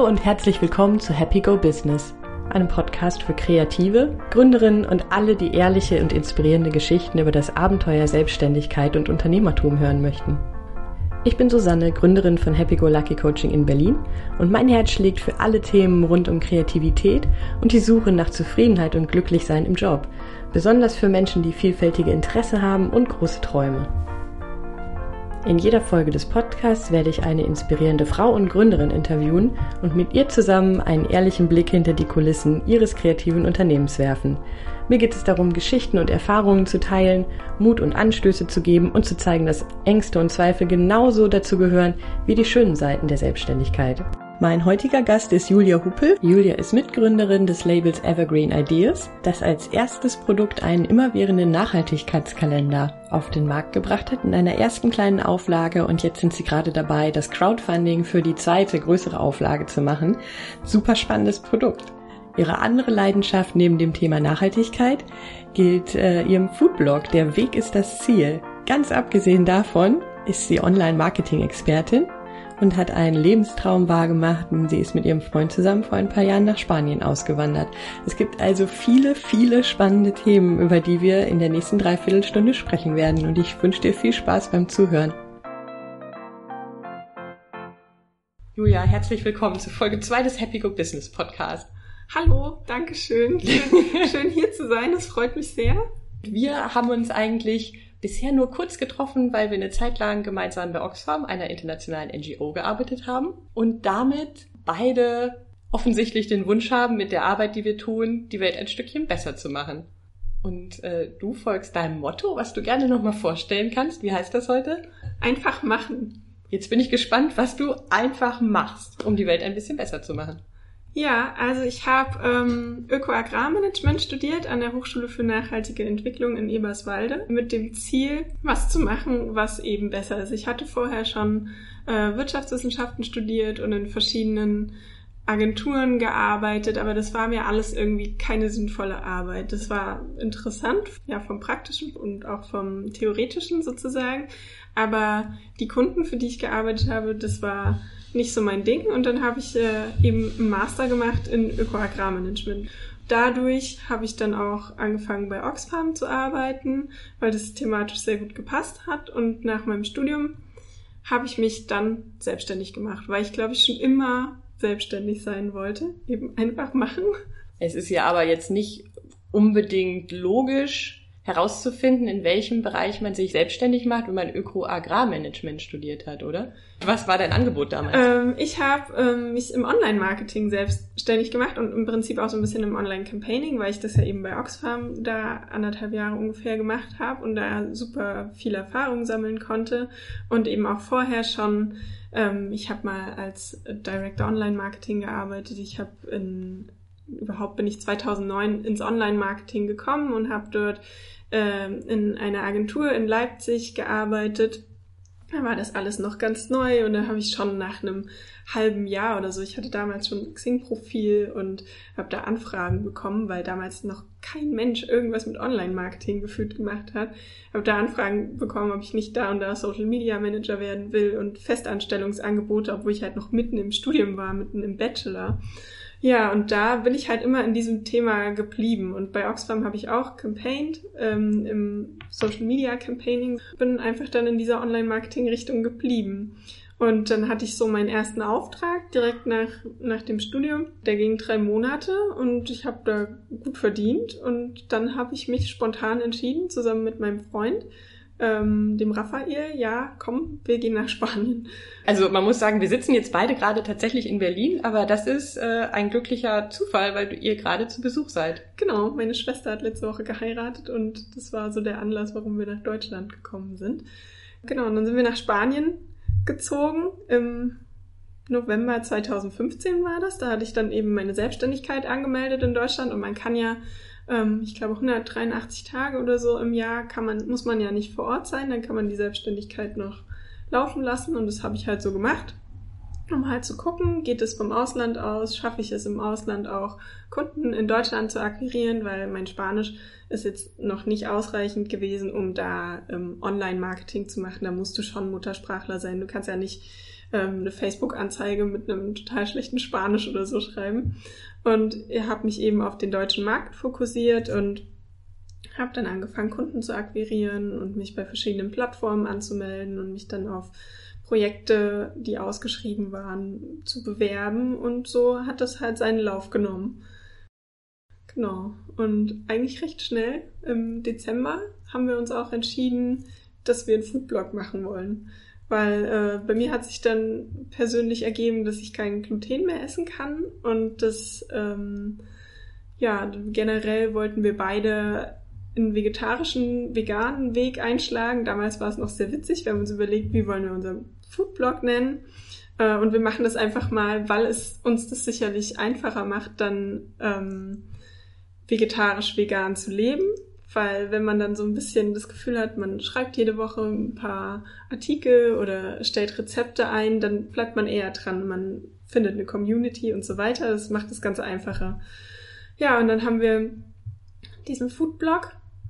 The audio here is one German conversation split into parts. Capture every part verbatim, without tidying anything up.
Hallo und herzlich willkommen zu Happy Go Business, einem Podcast für Kreative, Gründerinnen und alle, die ehrliche und inspirierende Geschichten über das Abenteuer Selbstständigkeit und Unternehmertum hören möchten. Ich bin Susanne, Gründerin von Happy Go Lucky Coaching in Berlin und mein Herz schlägt für alle Themen rund um Kreativität und die Suche nach Zufriedenheit und Glücklichsein im Job, besonders für Menschen, die vielfältige Interessen haben und große Träume. In jeder Folge des Podcasts werde ich eine inspirierende Frau und Gründerin interviewen und mit ihr zusammen einen ehrlichen Blick hinter die Kulissen ihres kreativen Unternehmens werfen. Mir geht es darum, Geschichten und Erfahrungen zu teilen, Mut und Anstöße zu geben und zu zeigen, dass Ängste und Zweifel genauso dazu gehören wie die schönen Seiten der Selbstständigkeit. Mein heutiger Gast ist Julia Huppel. Julia ist Mitgründerin des Labels Evergreen Ideas, das als erstes Produkt einen immerwährenden Nachhaltigkeitskalender auf den Markt gebracht hat in einer ersten kleinen Auflage, und jetzt sind sie gerade dabei, das Crowdfunding für die zweite, größere Auflage zu machen. Super spannendes Produkt. Ihre andere Leidenschaft neben dem Thema Nachhaltigkeit gilt äh, ihrem Foodblog Der Weg ist das Ziel. Ganz abgesehen davon ist sie Online-Marketing-Expertin und hat einen Lebenstraum wahrgemacht. Sie ist mit ihrem Freund zusammen vor ein paar Jahren nach Spanien ausgewandert. Es gibt also viele, viele spannende Themen, über die wir in der nächsten Dreiviertelstunde sprechen werden. Und ich wünsche dir viel Spaß beim Zuhören. Julia, herzlich willkommen zu Folge zwei des Happy Go Business Podcast. Hallo, danke schön. Schön, schön hier zu sein, das freut mich sehr. Wir haben uns eigentlich bisher nur kurz getroffen, weil wir eine Zeit lang gemeinsam bei Oxfam, einer internationalen N G O, gearbeitet haben und damit beide offensichtlich den Wunsch haben, mit der Arbeit, die wir tun, die Welt ein Stückchen besser zu machen. Und äh, du folgst deinem Motto, was du gerne nochmal vorstellen kannst. Wie heißt das heute? Einfach machen. Jetzt bin ich gespannt, was du einfach machst, um die Welt ein bisschen besser zu machen. Ja, also ich habe ähm, Öko-Agrarmanagement studiert an der Hochschule für nachhaltige Entwicklung in Eberswalde mit dem Ziel, was zu machen, was eben besser ist. Ich hatte vorher schon äh, Wirtschaftswissenschaften studiert und in verschiedenen Agenturen gearbeitet, aber das war mir alles irgendwie keine sinnvolle Arbeit. Das war interessant, ja, vom Praktischen und auch vom Theoretischen sozusagen, aber die Kunden, für die ich gearbeitet habe, das war nicht so mein Ding, und dann habe ich äh, eben einen Master gemacht in Öko-Agrarmanagement. Dadurch habe ich dann auch angefangen bei Oxfam zu arbeiten, weil das thematisch sehr gut gepasst hat, und nach meinem Studium habe ich mich dann selbstständig gemacht, weil ich glaube ich schon immer selbstständig sein wollte, eben einfach machen. Es ist ja aber jetzt nicht unbedingt logisch herauszufinden, in welchem Bereich man sich selbstständig macht, wenn man Öko-Agrarmanagement studiert hat, oder? Was war dein Angebot damals? Ähm, ich habe ähm, mich im Online-Marketing selbstständig gemacht und im Prinzip auch so ein bisschen im Online-Campaigning, weil ich das ja eben bei Oxfam da anderthalb Jahre ungefähr gemacht habe und da super viel Erfahrung sammeln konnte, und eben auch vorher schon, ähm, ich habe mal als Director Online-Marketing gearbeitet, ich habe in Überhaupt bin ich zweitausendneun ins Online-Marketing gekommen und habe dort äh, in einer Agentur in Leipzig gearbeitet. Da war das alles noch ganz neu, und da habe ich schon nach einem halben Jahr oder so, ich hatte damals schon ein Xing-Profil und habe da Anfragen bekommen, weil damals noch kein Mensch irgendwas mit Online-Marketing gefühlt gemacht hat. Habe da Anfragen bekommen, ob ich nicht da und da Social-Media-Manager werden will, und Festanstellungsangebote, obwohl ich halt noch mitten im Studium war, mitten im Bachelor. Ja, und da bin ich halt immer in diesem Thema geblieben. Und bei Oxfam habe ich auch campaigned, ähm, im Social Media Campaigning, bin einfach dann in dieser Online-Marketing-Richtung geblieben. Und dann hatte ich so meinen ersten Auftrag direkt nach nach dem Studium. Der ging drei Monate und ich habe da gut verdient. Und dann habe ich mich spontan entschieden, zusammen mit meinem Freund, Ähm, dem Raphael, ja, komm, wir gehen nach Spanien. Also man muss sagen, wir sitzen jetzt beide gerade tatsächlich in Berlin, aber das ist äh, ein glücklicher Zufall, weil ihr gerade zu Besuch seid. Genau, meine Schwester hat letzte Woche geheiratet und das war so der Anlass, warum wir nach Deutschland gekommen sind. Genau, und dann sind wir nach Spanien gezogen. Im November zweitausendfünfzehn war das. Da hatte ich dann eben meine Selbstständigkeit angemeldet in Deutschland, und man kann ja ich glaube hundertdreiundachtzig Tage oder so im Jahr kann man, muss man ja nicht vor Ort sein, dann kann man die Selbstständigkeit noch laufen lassen, und das habe ich halt so gemacht, um halt zu gucken, geht es vom Ausland aus, schaffe ich es im Ausland auch Kunden in Deutschland zu akquirieren, weil mein Spanisch ist jetzt noch nicht ausreichend gewesen, um da ähm, Online-Marketing zu machen, da musst du schon Muttersprachler sein, du kannst ja nicht ähm, eine Facebook-Anzeige mit einem total schlechten Spanisch oder so schreiben. Und ich habe mich eben auf den deutschen Markt fokussiert und habe dann angefangen, Kunden zu akquirieren und mich bei verschiedenen Plattformen anzumelden und mich dann auf Projekte, die ausgeschrieben waren, zu bewerben. Und so hat das halt seinen Lauf genommen. Genau. Und eigentlich recht schnell, im Dezember, haben wir uns auch entschieden, dass wir einen Foodblog machen wollen. Weil äh, bei mir hat sich dann persönlich ergeben, dass ich kein Gluten mehr essen kann. Und das, ähm, ja, generell wollten wir beide einen vegetarischen, veganen Weg einschlagen. Damals war es noch sehr witzig. Wir haben uns überlegt, wie wollen wir unseren Foodblog nennen. Äh, und wir machen das einfach mal, weil es uns das sicherlich einfacher macht, dann ähm, vegetarisch, vegan zu leben. Weil wenn man dann so ein bisschen das Gefühl hat, man schreibt jede Woche ein paar Artikel oder stellt Rezepte ein, dann bleibt man eher dran. Man findet eine Community und so weiter. Das macht das Ganze einfacher. Ja, und dann haben wir diesen Foodblog.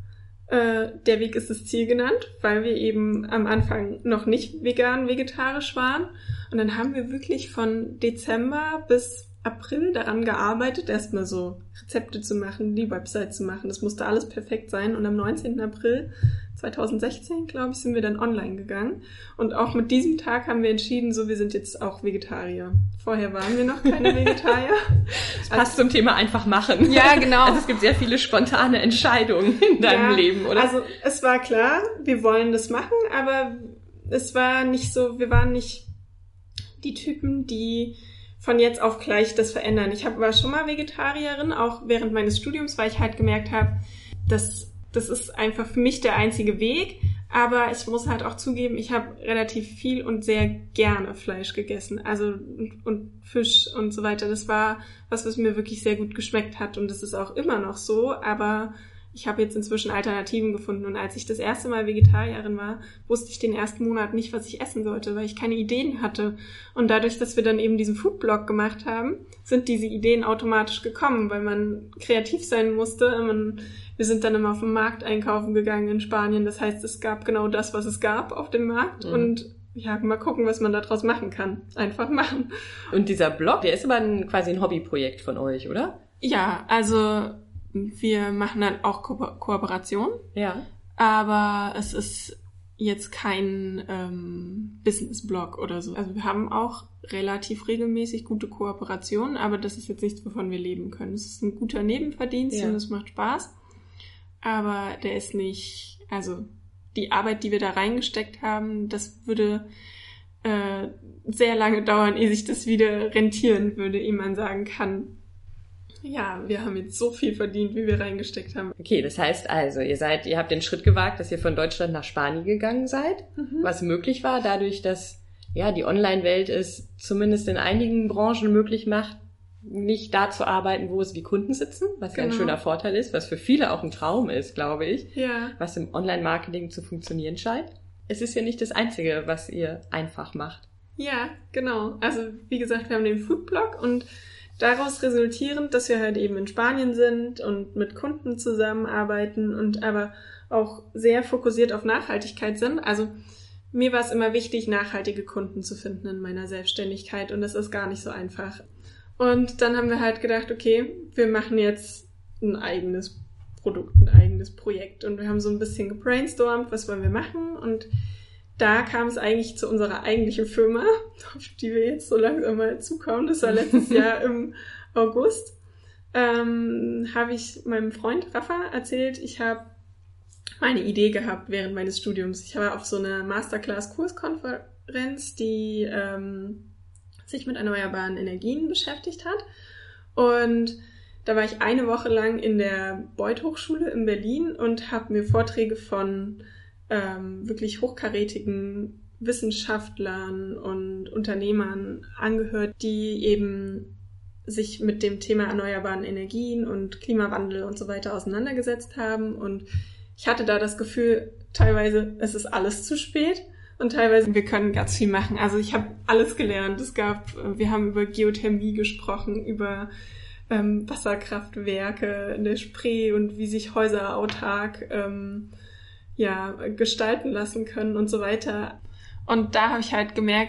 Äh, der Weg ist das Ziel genannt, weil wir eben am Anfang noch nicht vegan, vegetarisch waren. Und dann haben wir wirklich von Dezember bis April daran gearbeitet, erstmal so Rezepte zu machen, die Website zu machen. Das musste alles perfekt sein. Und am neunzehnten April zweitausendsechzehn, glaube ich, sind wir dann online gegangen. Und auch mit diesem Tag haben wir entschieden, so, wir sind jetzt auch Vegetarier. Vorher waren wir noch keine Vegetarier. Das passt also, zum Thema einfach machen. Ja, genau. Also es gibt sehr viele spontane Entscheidungen in deinem ja, Leben, oder? Also es war klar, wir wollen das machen, aber es war nicht so, wir waren nicht die Typen, die von jetzt auf gleich das verändern. Ich hab, war schon mal Vegetarierin, auch während meines Studiums, weil ich halt gemerkt habe, dass das ist einfach für mich der einzige Weg. Aber ich muss halt auch zugeben, ich habe relativ viel und sehr gerne Fleisch gegessen. Also und, und Fisch und so weiter. Das war was, was mir wirklich sehr gut geschmeckt hat. Und das ist auch immer noch so. Aber ich habe jetzt inzwischen Alternativen gefunden. Und als ich das erste Mal Vegetarierin war, wusste ich den ersten Monat nicht, was ich essen sollte, weil ich keine Ideen hatte. Und dadurch, dass wir dann eben diesen Foodblog gemacht haben, sind diese Ideen automatisch gekommen, weil man kreativ sein musste. Man, wir sind dann immer auf dem Markt einkaufen gegangen in Spanien. Das heißt, es gab genau das, was es gab auf dem Markt. Mhm. Und ja, mal gucken, was man daraus machen kann. Einfach machen. Und dieser Blog, der ist aber ein, quasi ein Hobbyprojekt von euch, oder? Ja, also wir machen dann auch Ko- Kooperation. Ja. Aber es ist jetzt kein ähm, Business-Blog oder so. Also wir haben auch relativ regelmäßig gute Kooperationen, aber das ist jetzt nichts, wovon wir leben können. Es ist ein guter Nebenverdienst ja. Und es macht Spaß. Aber der ist nicht, also die Arbeit, die wir da reingesteckt haben, das würde äh, sehr lange dauern, ehe sich das wieder rentieren würde, ehe man sagen kann, ja, wir haben jetzt so viel verdient, wie wir reingesteckt haben. Okay, das heißt also, ihr seid, ihr habt den Schritt gewagt, dass ihr von Deutschland nach Spanien gegangen seid, mhm. was möglich war, dadurch, dass ja die Online-Welt es zumindest in einigen Branchen möglich macht, nicht da zu arbeiten, wo es die Kunden sitzen, was genau. ja ein schöner Vorteil ist, was für viele auch ein Traum ist, glaube ich, ja. was im Online-Marketing zu funktionieren scheint. Es ist ja nicht das Einzige, was ihr einfach macht. Ja, genau. Also wie gesagt, wir haben den Foodblog und daraus resultierend, dass wir halt eben in Spanien sind und mit Kunden zusammenarbeiten und aber auch sehr fokussiert auf Nachhaltigkeit sind. Also mir war es immer wichtig, nachhaltige Kunden zu finden in meiner Selbstständigkeit und das ist gar nicht so einfach. Und dann haben wir halt gedacht, okay, wir machen jetzt ein eigenes Produkt, ein eigenes Projekt und wir haben so ein bisschen gebrainstormt, was wollen wir machen und da kam es eigentlich zu unserer eigentlichen Firma, auf die wir jetzt so langsam mal zukommen. Das war letztes Jahr im August. Ähm, habe ich meinem Freund Rafa erzählt, ich habe eine Idee gehabt während meines Studiums. Ich war auf so einer Masterclass-Kurskonferenz, die ähm, sich mit erneuerbaren Energien beschäftigt hat. Und da war ich eine Woche lang in der Beuth Hochschule in Berlin und habe mir Vorträge von ähm, wirklich hochkarätigen Wissenschaftlern und Unternehmern angehört, die eben sich mit dem Thema erneuerbaren Energien und Klimawandel und so weiter auseinandergesetzt haben. Und ich hatte da das Gefühl, teilweise es ist alles zu spät und teilweise wir können ganz viel machen. Also ich habe alles gelernt. Es gab, wir haben über Geothermie gesprochen, über ähm, Wasserkraftwerke in der Spree und wie sich Häuser autark ähm, ja gestalten lassen können und so weiter. Und da habe ich halt gemerkt,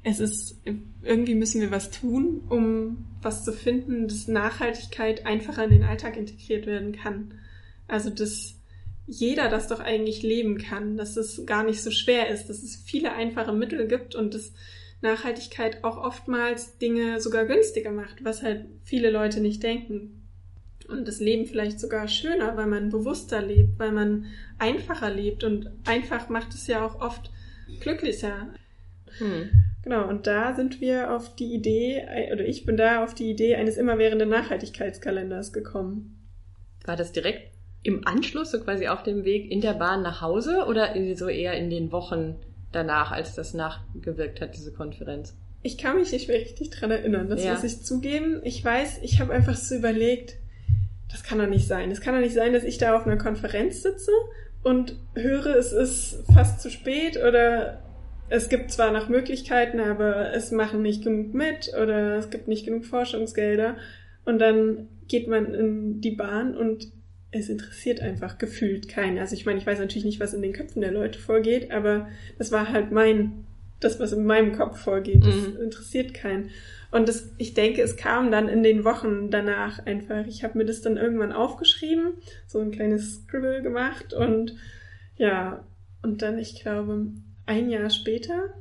es ist, irgendwie müssen wir was tun, um was zu finden, dass Nachhaltigkeit einfacher in den Alltag integriert werden kann. Also, dass jeder das doch eigentlich leben kann, dass es gar nicht so schwer ist, dass es viele einfache Mittel gibt und dass Nachhaltigkeit auch oftmals Dinge sogar günstiger macht, was halt viele Leute nicht denken. Und das Leben vielleicht sogar schöner, weil man bewusster lebt, weil man einfacher lebt. Und einfach macht es ja auch oft glücklicher. Hm. Genau, und da sind wir auf die Idee, oder ich bin da auf die Idee eines immerwährenden Nachhaltigkeitskalenders gekommen. War das direkt im Anschluss, so quasi auf dem Weg in der Bahn nach Hause oder so eher in den Wochen danach, als das nachgewirkt hat, diese Konferenz? Ich kann mich nicht mehr richtig dran erinnern, das ja. muss ich zugeben. Ich weiß, ich habe einfach so überlegt, das kann doch nicht sein. Es kann doch nicht sein, dass ich da auf einer Konferenz sitze und höre, es ist fast zu spät oder es gibt zwar noch Möglichkeiten, aber es machen nicht genug mit oder es gibt nicht genug Forschungsgelder und dann geht man in die Bahn und es interessiert einfach gefühlt keinen. Also ich meine, ich weiß natürlich nicht, was in den Köpfen der Leute vorgeht, aber das war halt mein, das, was in meinem Kopf vorgeht. Das mhm. interessiert keinen. Und das, ich denke, es kam dann in den Wochen danach einfach. Ich habe mir das dann irgendwann aufgeschrieben, so ein kleines Scribble gemacht und ja, und dann, ich glaube, ein Jahr später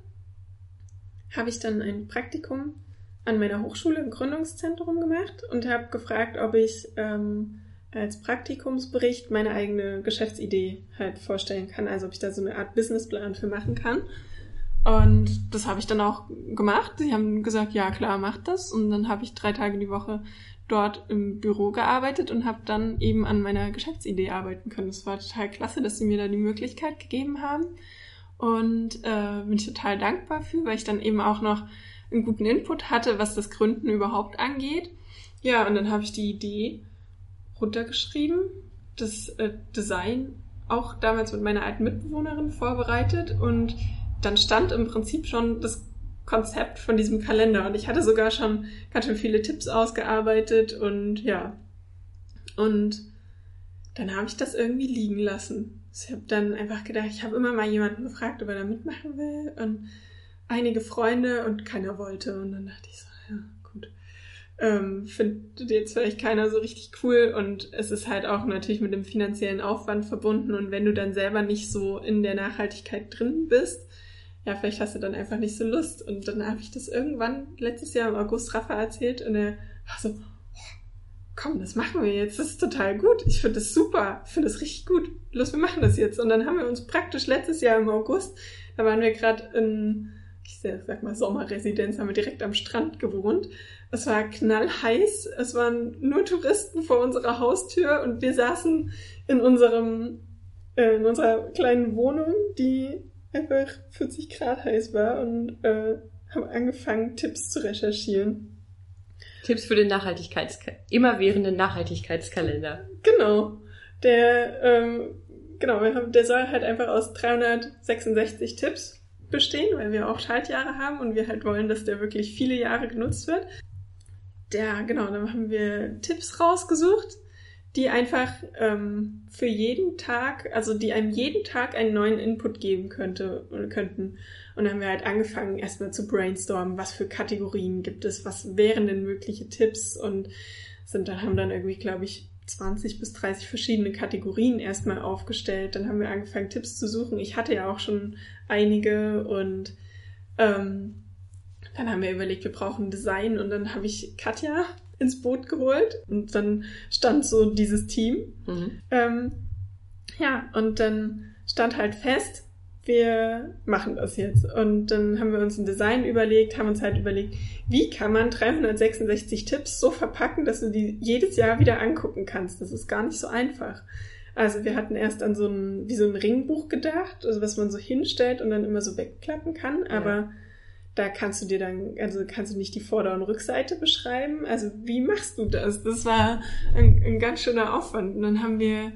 habe ich dann ein Praktikum an meiner Hochschule im Gründungszentrum gemacht und habe gefragt, ob ich ähm, als Praktikumsbericht meine eigene Geschäftsidee halt vorstellen kann, also ob ich da so eine Art Businessplan für machen kann. Und das habe ich dann auch gemacht. Sie haben gesagt, ja klar, mach das. Und dann habe ich drei Tage die Woche dort im Büro gearbeitet und habe dann eben an meiner Geschäftsidee arbeiten können. Das war total klasse, dass sie mir da die Möglichkeit gegeben haben. Und äh, bin ich total dankbar für, weil ich dann eben auch noch einen guten Input hatte, was das Gründen überhaupt angeht. Ja, und dann habe ich die Idee runtergeschrieben, das äh, Design auch damals mit meiner alten Mitbewohnerin vorbereitet und dann stand im Prinzip schon das Konzept von diesem Kalender und ich hatte sogar schon ganz schön viele Tipps ausgearbeitet und ja, und dann habe ich das irgendwie liegen lassen. Ich habe dann einfach gedacht, ich habe immer mal jemanden gefragt, ob er da mitmachen will und einige Freunde und keiner wollte und dann dachte ich so, ja, gut. Ähm, findet jetzt vielleicht keiner so richtig cool und es ist halt auch natürlich mit dem finanziellen Aufwand verbunden und wenn du dann selber nicht so in der Nachhaltigkeit drin bist, ja, vielleicht hast du dann einfach nicht so Lust und dann habe ich das irgendwann letztes Jahr im August Rafa erzählt und er war so, komm, das machen wir jetzt, das ist total gut, ich finde das super, ich finde das richtig gut, los, wir machen das jetzt und dann haben wir uns praktisch letztes Jahr im August, da waren wir gerade in, ich sag mal Sommerresidenz, haben wir direkt am Strand gewohnt. Es war knallheiß, es waren nur Touristen vor unserer Haustür und wir saßen in unserem, äh, in unserer kleinen Wohnung, die einfach vierzig Grad heiß war und äh, haben angefangen, Tipps zu recherchieren. Tipps für den Nachhaltigkeits- immerwährenden Nachhaltigkeitskalender. Genau. Der, ähm, genau, wir haben, der soll halt einfach aus dreihundertsechsundsechzig Tipps bestehen, weil wir auch Schaltjahre haben und wir halt wollen, dass der wirklich viele Jahre genutzt wird. Ja, genau, dann haben wir Tipps rausgesucht, die einfach ähm, für jeden Tag, also die einem jeden Tag einen neuen Input geben könnte oder könnten. Und dann haben wir halt angefangen, erstmal zu brainstormen, was für Kategorien gibt es, was wären denn mögliche Tipps und sind dann haben dann irgendwie, glaube ich, zwanzig bis dreißig verschiedene Kategorien erstmal aufgestellt. Dann haben wir angefangen, Tipps zu suchen. Ich hatte ja auch schon einige und ähm, dann haben wir überlegt, wir brauchen Design und dann habe ich Katja ins Boot geholt und dann stand so dieses Team. Mhm. Ähm, ja, und dann stand halt fest, wir machen das jetzt. Und dann haben wir uns ein Design überlegt, haben uns halt überlegt, wie kann man dreihundertsechsundsechzig Tipps so verpacken, dass du die jedes Jahr wieder angucken kannst. Das ist gar nicht so einfach. Also wir hatten erst an so ein, wie so ein Ringbuch gedacht, also was man so hinstellt und dann immer so wegklappen kann, ja. Aber da kannst du dir dann, also kannst du nicht die Vorder- und Rückseite beschreiben. Also wie machst du das? Das war ein, ein ganz schöner Aufwand. Und dann haben wir,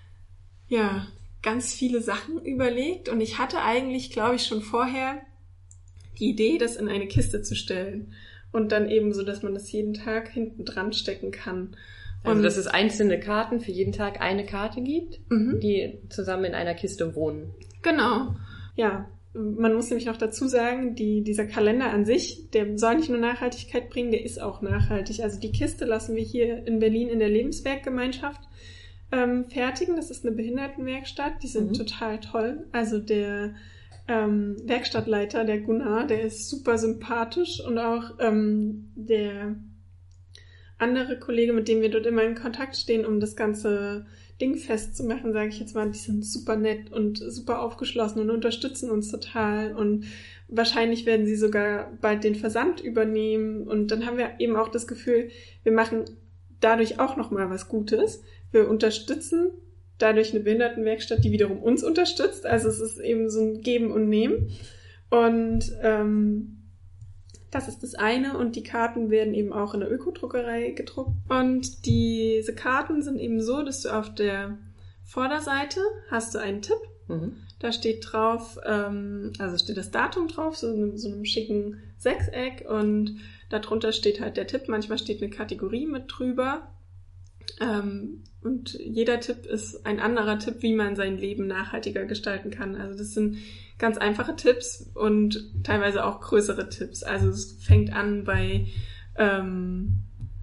ja, ganz viele Sachen überlegt. Und ich hatte eigentlich, glaube ich, schon vorher die Idee, das in eine Kiste zu stellen. Und dann eben so, dass man das jeden Tag hinten dran stecken kann. Also, dass es einzelne Karten für jeden Tag eine Karte gibt, mhm. die zusammen in einer Kiste wohnen. Genau. Ja. Man muss nämlich noch dazu sagen, die, dieser Kalender an sich, der soll nicht nur Nachhaltigkeit bringen, der ist auch nachhaltig. Also die Kiste lassen wir hier in Berlin in der Lebenswerkgemeinschaft ähm, fertigen. Das ist eine Behindertenwerkstatt, die sind mhm. total toll. Also der ähm, Werkstattleiter, der Gunnar, der ist super sympathisch und auch ähm, der andere Kollege, mit dem wir dort immer in Kontakt stehen, um das ganze Ding festzumachen, sage ich jetzt mal, die sind super nett und super aufgeschlossen und unterstützen uns total und wahrscheinlich werden sie sogar bald den Versand übernehmen und dann haben wir eben auch das Gefühl, wir machen dadurch auch nochmal was Gutes. Wir unterstützen dadurch eine Behindertenwerkstatt, die wiederum uns unterstützt, also es ist eben so ein Geben und Nehmen und ähm, das ist das eine und die Karten werden eben auch in der Ökodruckerei gedruckt. Und diese Karten sind eben so, dass du auf der Vorderseite hast du einen Tipp. Mhm. Da steht drauf, ähm, also steht das Datum drauf, so in so einem schicken Sechseck und darunter steht halt der Tipp. Manchmal steht eine Kategorie mit drüber. Ähm, und jeder Tipp ist ein anderer Tipp, wie man sein Leben nachhaltiger gestalten kann. Also das sind ganz einfache Tipps und teilweise auch größere Tipps. Also es fängt an bei ähm,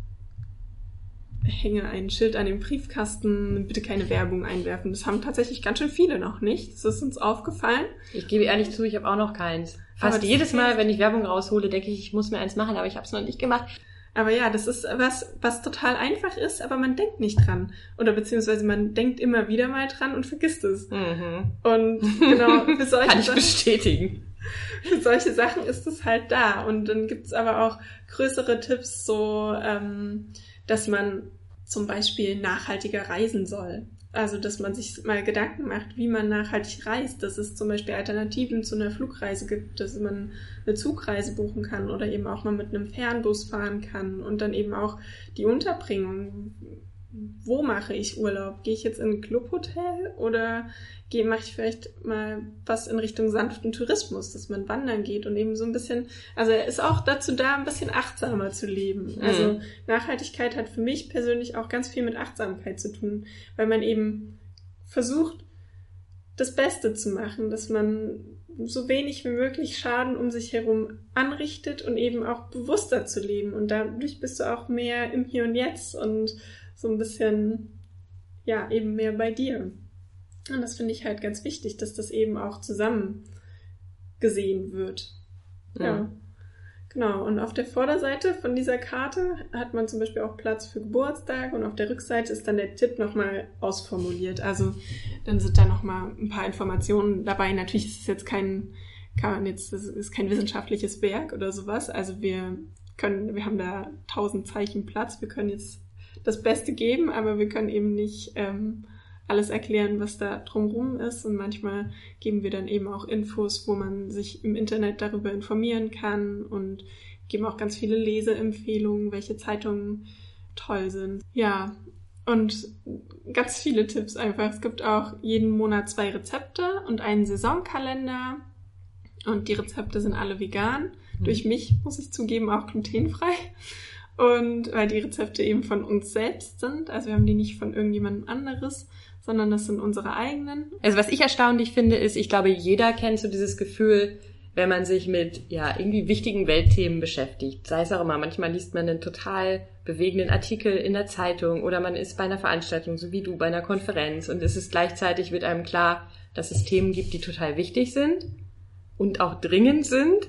hänge ein Schild an den Briefkasten, bitte keine Werbung einwerfen. Das haben tatsächlich ganz schön viele noch nicht. Das ist uns aufgefallen. Ich gebe ehrlich zu, ich habe auch noch keins. Fast jedes Mal, wenn ich Werbung raushole, denke ich, ich muss mir eins machen, aber ich habe es noch nicht gemacht. Aber ja, das ist was, was total einfach ist, aber man denkt nicht dran. Oder beziehungsweise man denkt immer wieder mal dran und vergisst es. Mhm. Und genau, für solche Kann ich Sachen, bestätigen. Für solche Sachen ist es halt da. Und dann gibt's aber auch größere Tipps, so, ähm, dass man zum Beispiel nachhaltiger reisen soll. Also, dass man sich mal Gedanken macht, wie man nachhaltig reist, dass es zum Beispiel Alternativen zu einer Flugreise gibt, dass man eine Zugreise buchen kann oder eben auch mal mit einem Fernbus fahren kann und dann eben auch die Unterbringung. Wo mache ich Urlaub? Gehe ich jetzt in ein Clubhotel oder gehe, mache ich vielleicht mal was in Richtung sanften Tourismus, dass man wandern geht und eben so ein bisschen, also er ist auch dazu da, ein bisschen achtsamer zu leben. Mhm. Also Nachhaltigkeit hat für mich persönlich auch ganz viel mit Achtsamkeit zu tun, weil man eben versucht, das Beste zu machen, dass man so wenig wie möglich Schaden um sich herum anrichtet und eben auch bewusster zu leben. Und dadurch bist du auch mehr im Hier und Jetzt und so ein bisschen, ja, eben mehr bei dir. Und das finde ich halt ganz wichtig, dass das eben auch zusammen gesehen wird. Ja. ja. Genau. Und auf der Vorderseite von dieser Karte hat man zum Beispiel auch Platz für Geburtstag und auf der Rückseite ist dann der Tipp nochmal ausformuliert. Also dann sind da nochmal ein paar Informationen dabei. Natürlich ist es jetzt kein, kann man jetzt, das ist kein wissenschaftliches Werk oder sowas. Also wir können, wir haben da tausend Zeichen Platz. Wir können jetzt das Beste geben, aber wir können eben nicht ähm, alles erklären, was da drumherum ist. Und manchmal geben wir dann eben auch Infos, wo man sich im Internet darüber informieren kann und geben auch ganz viele Leseempfehlungen, welche Zeitungen toll sind. Ja, und ganz viele Tipps einfach. Es gibt auch jeden Monat zwei Rezepte und einen Saisonkalender. Und die Rezepte sind alle vegan. Mhm. Durch mich, muss ich zugeben, auch glutenfrei. Und weil die Rezepte eben von uns selbst sind, also wir haben die nicht von irgendjemandem anderes, sondern das sind unsere eigenen. Also was ich erstaunlich finde, ist, ich glaube, jeder kennt so dieses Gefühl, wenn man sich mit ja irgendwie wichtigen Weltthemen beschäftigt. Sei es auch immer, manchmal liest man einen total bewegenden Artikel in der Zeitung oder man ist bei einer Veranstaltung, so wie du, bei einer Konferenz und es ist gleichzeitig, wird einem klar, dass es Themen gibt, die total wichtig sind und auch dringend sind.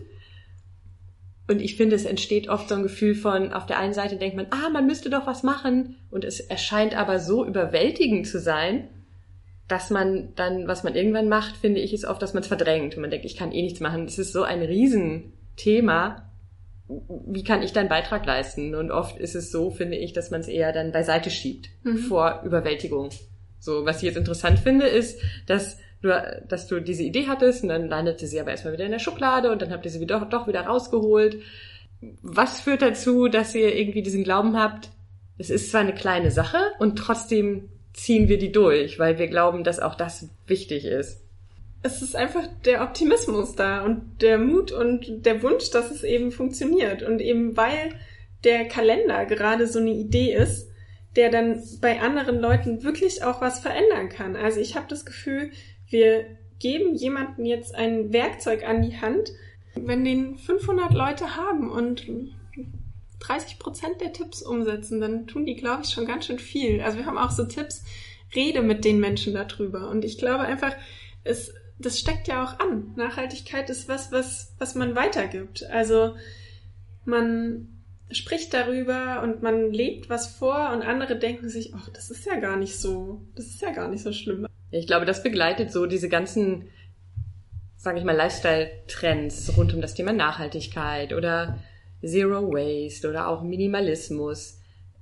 Und ich finde, es entsteht oft so ein Gefühl von, auf der einen Seite denkt man, ah, man müsste doch was machen. Und es erscheint aber so überwältigend zu sein, dass man dann, was man irgendwann macht, finde ich, ist oft, dass man es verdrängt. Und man denkt, ich kann eh nichts machen. Das ist so ein Riesenthema. Wie kann ich da einen Beitrag leisten? Und oft ist es so, finde ich, dass man es eher dann beiseite schiebt mhm. vor Überwältigung. So, was ich jetzt interessant finde, ist, dass Nur, dass du diese Idee hattest und dann landete sie aber erstmal wieder in der Schublade und dann habt ihr sie wieder, doch wieder rausgeholt. Was führt dazu, dass ihr irgendwie diesen Glauben habt, es ist zwar eine kleine Sache und trotzdem ziehen wir die durch, weil wir glauben, dass auch das wichtig ist? Es ist einfach der Optimismus da und der Mut und der Wunsch, dass es eben funktioniert. Und eben weil der Kalender gerade so eine Idee ist, der dann bei anderen Leuten wirklich auch was verändern kann. Also ich habe das Gefühl, wir geben jemandem jetzt ein Werkzeug an die Hand, wenn den fünfhundert Leute haben und dreißig Prozent der Tipps umsetzen, dann tun die, glaube ich, schon ganz schön viel. Also wir haben auch so Tipps, rede mit den Menschen darüber. Und ich glaube einfach, es, das steckt ja auch an. Nachhaltigkeit ist was, was, was man weitergibt. Also man spricht darüber und man lebt was vor und andere denken sich, ach, das ist ja gar nicht so, das ist ja gar nicht so schlimm. Ich glaube, das begleitet so diese ganzen, sage ich mal, Lifestyle-Trends rund um das Thema Nachhaltigkeit oder Zero Waste oder auch Minimalismus.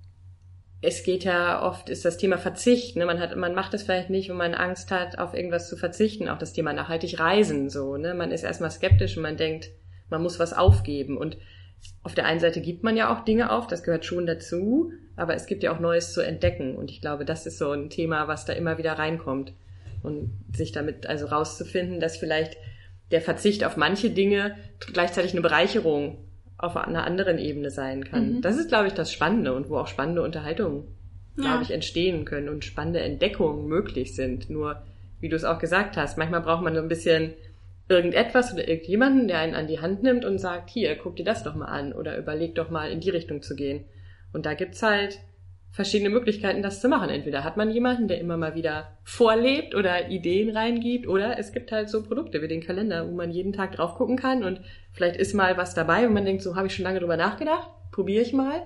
Es geht ja oft, ist das Thema Verzicht, ne? Man hat, man macht das vielleicht nicht, wenn man Angst hat, auf irgendwas zu verzichten. Auch das Thema nachhaltig reisen, so, ne? Man ist erstmal skeptisch und man denkt, man muss was aufgeben. Und auf der einen Seite gibt man ja auch Dinge auf, das gehört schon dazu, aber es gibt ja auch Neues zu entdecken. Und ich glaube, das ist so ein Thema, was da immer wieder reinkommt. Und sich damit also rauszufinden, dass vielleicht der Verzicht auf manche Dinge gleichzeitig eine Bereicherung auf einer anderen Ebene sein kann. Mhm. Das ist, glaube ich, das Spannende und wo auch spannende Unterhaltungen, ja. glaube ich, entstehen können und spannende Entdeckungen möglich sind. Nur, wie du es auch gesagt hast, manchmal braucht man so ein bisschen irgendetwas oder irgendjemanden, der einen an die Hand nimmt und sagt, hier, guck dir das doch mal an oder überleg doch mal in die Richtung zu gehen. Und da gibt's halt verschiedene Möglichkeiten, das zu machen. Entweder hat man jemanden, der immer mal wieder vorlebt oder Ideen reingibt, oder es gibt halt so Produkte wie den Kalender, wo man jeden Tag drauf gucken kann und vielleicht ist mal was dabei und man denkt, so habe ich schon lange drüber nachgedacht, probiere ich mal.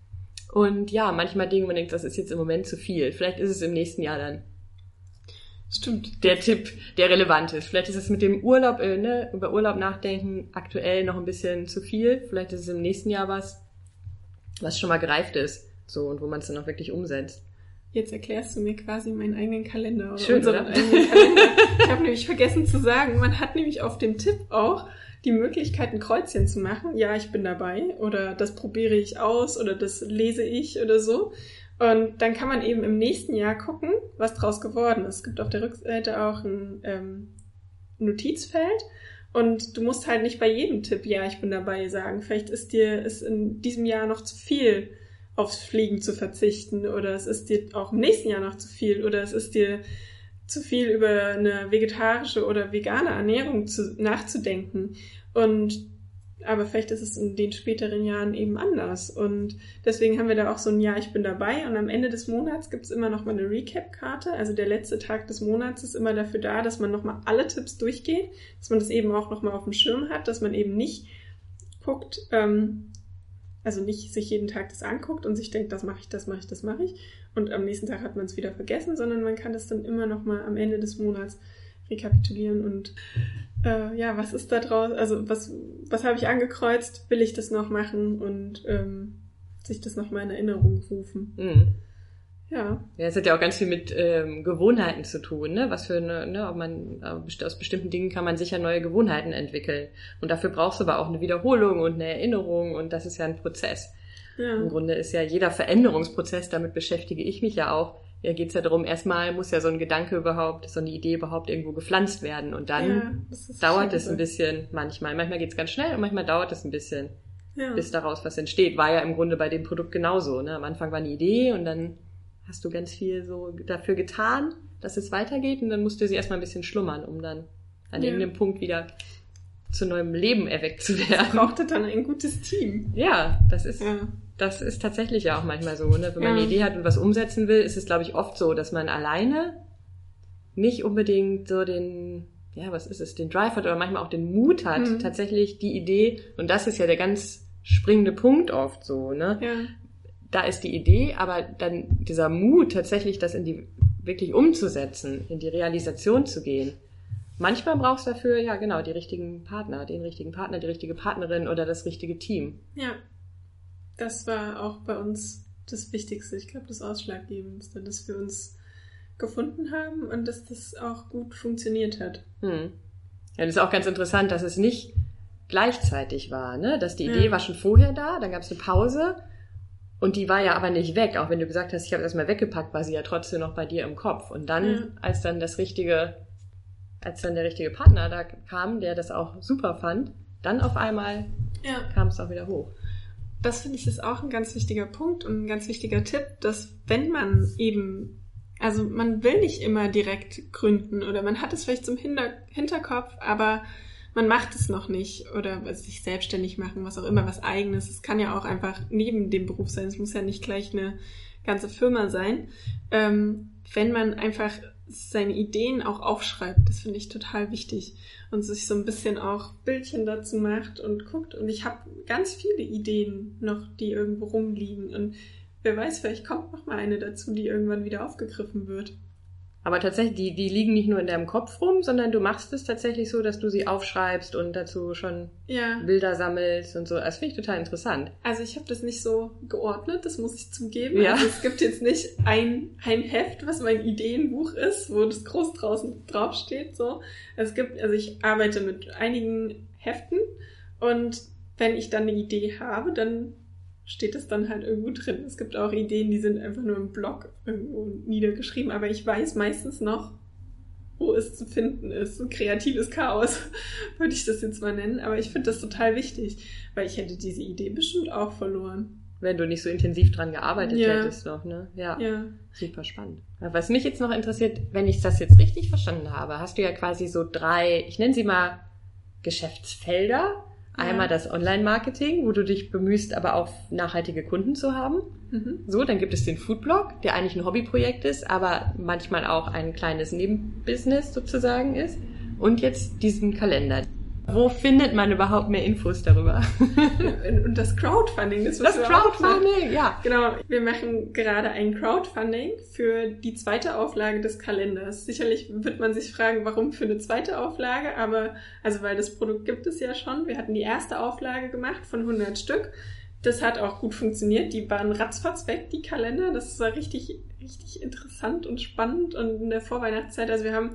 Und ja, manchmal Dinge, man denkt, das ist jetzt im Moment zu viel. Vielleicht ist es im nächsten Jahr dann. Stimmt. Der Tipp, der relevant ist. Vielleicht ist es mit dem Urlaub, äh, ne, über Urlaub nachdenken aktuell noch ein bisschen zu viel. Vielleicht ist es im nächsten Jahr was, was schon mal gereift ist. So, und wo man es dann auch wirklich umsetzt. Jetzt erklärst du mir quasi meinen eigenen Kalender. Oder Schön, unseren oder? eigenen Kalender. Ich habe nämlich vergessen zu sagen, man hat nämlich auf dem Tipp auch die Möglichkeit, ein Kreuzchen zu machen. Ja, ich bin dabei. Oder das probiere ich aus. Oder das lese ich oder so. Und dann kann man eben im nächsten Jahr gucken, was draus geworden ist. Es gibt auf der Rückseite auch ein ähm, Notizfeld. Und du musst halt nicht bei jedem Tipp, ja, ich bin dabei, sagen. Vielleicht ist dir ist in diesem Jahr noch zu viel, aufs Fliegen zu verzichten, oder es ist dir auch im nächsten Jahr noch zu viel, oder es ist dir zu viel über eine vegetarische oder vegane Ernährung zu, nachzudenken. Und aber vielleicht ist es in den späteren Jahren eben anders. Und deswegen haben wir da auch so ein Ja, ich bin dabei. Und am Ende des Monats gibt es immer noch mal eine Recap-Karte. Also der letzte Tag des Monats ist immer dafür da, dass man noch mal alle Tipps durchgeht, dass man das eben auch noch mal auf dem Schirm hat, dass man eben nicht guckt, ähm, also nicht sich jeden Tag das anguckt und sich denkt, das mache ich, das mache ich, das mache ich. Und am nächsten Tag hat man es wieder vergessen, sondern man kann das dann immer noch mal am Ende des Monats rekapitulieren und äh, ja, was ist da draus? Also was was habe ich angekreuzt? Will ich das noch machen? Und ähm, sich das noch mal in Erinnerung rufen. Mhm. Ja. Ja, es hat ja auch ganz viel mit ähm, Gewohnheiten zu tun, ne? Was für eine, ne, ob man aus bestimmten Dingen kann man sicher neue Gewohnheiten entwickeln. Und dafür brauchst du aber auch eine Wiederholung und eine Erinnerung und das ist ja ein Prozess. Ja. Im Grunde ist ja jeder Veränderungsprozess, damit beschäftige ich mich ja auch. Ja, geht's ja darum, erstmal muss ja so ein Gedanke überhaupt, so eine Idee überhaupt irgendwo gepflanzt werden und dann ja, dauert es ein bisschen manchmal. Manchmal geht's ganz schnell und manchmal dauert es ein bisschen, ja. bis daraus was entsteht. War ja im Grunde bei dem Produkt genauso, ne? Am Anfang war eine Idee und dann hast du ganz viel so dafür getan, dass es weitergeht und dann musst du sie erstmal ein bisschen schlummern, um dann an ja. irgendeinem Punkt wieder zu neuem Leben erweckt zu werden. Das brauchte dann ein gutes Team. Ja, das ist, ja. das ist tatsächlich ja auch manchmal so, ne? Wenn man ja. eine Idee hat und was umsetzen will, ist es, glaube ich, oft so, dass man alleine nicht unbedingt so den, ja, was ist es, den Drive hat oder manchmal auch den Mut hat, mhm. tatsächlich die Idee, und das ist ja der ganz springende Punkt oft so, ne? Ja. Da ist die Idee, aber dann dieser Mut, tatsächlich das in die wirklich umzusetzen, in die Realisation zu gehen. Manchmal brauchst du dafür, ja genau, die richtigen Partner, den richtigen Partner, die richtige Partnerin oder das richtige Team. Ja, das war auch bei uns das Wichtigste. Ich glaube, das Ausschlaggebendste, dass wir uns gefunden haben und dass das auch gut funktioniert hat. Hm. Ja, das ist auch ganz interessant, dass es nicht gleichzeitig war, ne? Dass die Idee ja. war schon vorher da, dann gab es eine Pause. Und die war ja aber nicht weg, auch wenn du gesagt hast, ich habe das mal weggepackt, war sie ja trotzdem noch bei dir im Kopf. Und dann, ja. als dann das richtige, als dann der richtige Partner da kam, der das auch super fand, dann auf einmal ja. kam es auch wieder hoch. Das finde ich ist auch ein ganz wichtiger Punkt und ein ganz wichtiger Tipp, dass wenn man eben Also man will nicht immer direkt gründen oder man hat es vielleicht zum Hinter- Hinterkopf, aber man macht es noch nicht oder sich selbstständig machen, was auch immer, was Eigenes. Es kann ja auch einfach neben dem Beruf sein. Es muss ja nicht gleich eine ganze Firma sein. Ähm, wenn man einfach seine Ideen auch aufschreibt, das finde ich total wichtig und sich so ein bisschen auch Bildchen dazu macht und guckt. Und ich habe ganz viele Ideen noch, die irgendwo rumliegen und wer weiß, vielleicht kommt noch mal eine dazu, die irgendwann wieder aufgegriffen wird. Aber tatsächlich, die, die liegen nicht nur in deinem Kopf rum, sondern du machst es tatsächlich so, dass du sie aufschreibst und dazu schon ja. Bilder sammelst und so. Das finde ich total interessant. Also ich habe das nicht so geordnet, das muss ich zugeben. Ja. Also es gibt jetzt nicht ein, ein Heft, was mein Ideenbuch ist, wo das groß draußen draufsteht. So. Es gibt, also ich arbeite mit einigen Heften und wenn ich dann eine Idee habe, dann steht es dann halt irgendwo drin. Es gibt auch Ideen, die sind einfach nur im Blog irgendwo niedergeschrieben, aber ich weiß meistens noch, wo es zu finden ist. So kreatives Chaos, würde ich das jetzt mal nennen. Aber ich finde das total wichtig, weil ich hätte diese Idee bestimmt auch verloren. Wenn du nicht so intensiv dran gearbeitet ja. hättest noch, ne? Ja. ja. Super spannend. Was mich jetzt noch interessiert, wenn ich das jetzt richtig verstanden habe, hast du ja quasi so drei, ich nenne sie mal Geschäftsfelder. Einmal ja. das Online-Marketing, wo du dich bemühst, aber auch nachhaltige Kunden zu haben. Mhm. So, dann gibt es den Foodblog, der eigentlich ein Hobbyprojekt ist, aber manchmal auch ein kleines Nebenbusiness sozusagen ist. Und jetzt diesen Kalender. Wo findet man überhaupt mehr Infos darüber? Und das Crowdfunding. Das, das Crowdfunding, ja. Genau, wir machen gerade ein Crowdfunding für die zweite Auflage des Kalenders. Sicherlich wird man sich fragen, warum für eine zweite Auflage, aber also weil das Produkt gibt es ja schon. Wir hatten die erste Auflage gemacht von hundert Stück. Das hat auch gut funktioniert. Die waren ratzfatz weg, die Kalender. Das war richtig, richtig interessant und spannend. Und in der Vorweihnachtszeit, also wir haben...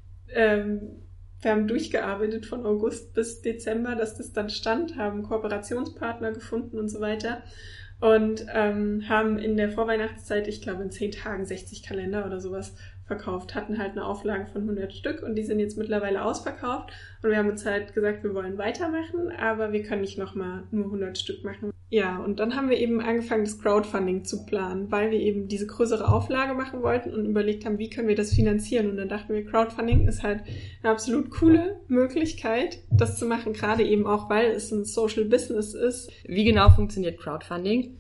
Ähm, Wir haben durchgearbeitet von August bis Dezember, dass das dann stand, haben Kooperationspartner gefunden und so weiter und ähm, haben in der Vorweihnachtszeit, ich glaube in zehn Tagen, sechzig Kalender oder sowas verkauft, hatten halt eine Auflage von hundert Stück und die sind jetzt mittlerweile ausverkauft und wir haben uns halt gesagt, wir wollen weitermachen, aber wir können nicht nochmal nur hundert Stück machen. Ja, und dann haben wir eben angefangen, das Crowdfunding zu planen, weil wir eben diese größere Auflage machen wollten und überlegt haben, wie können wir das finanzieren. Und dann dachten wir, Crowdfunding ist halt eine absolut coole Möglichkeit, das zu machen, gerade eben auch, weil es ein Social Business ist. Wie genau funktioniert Crowdfunding?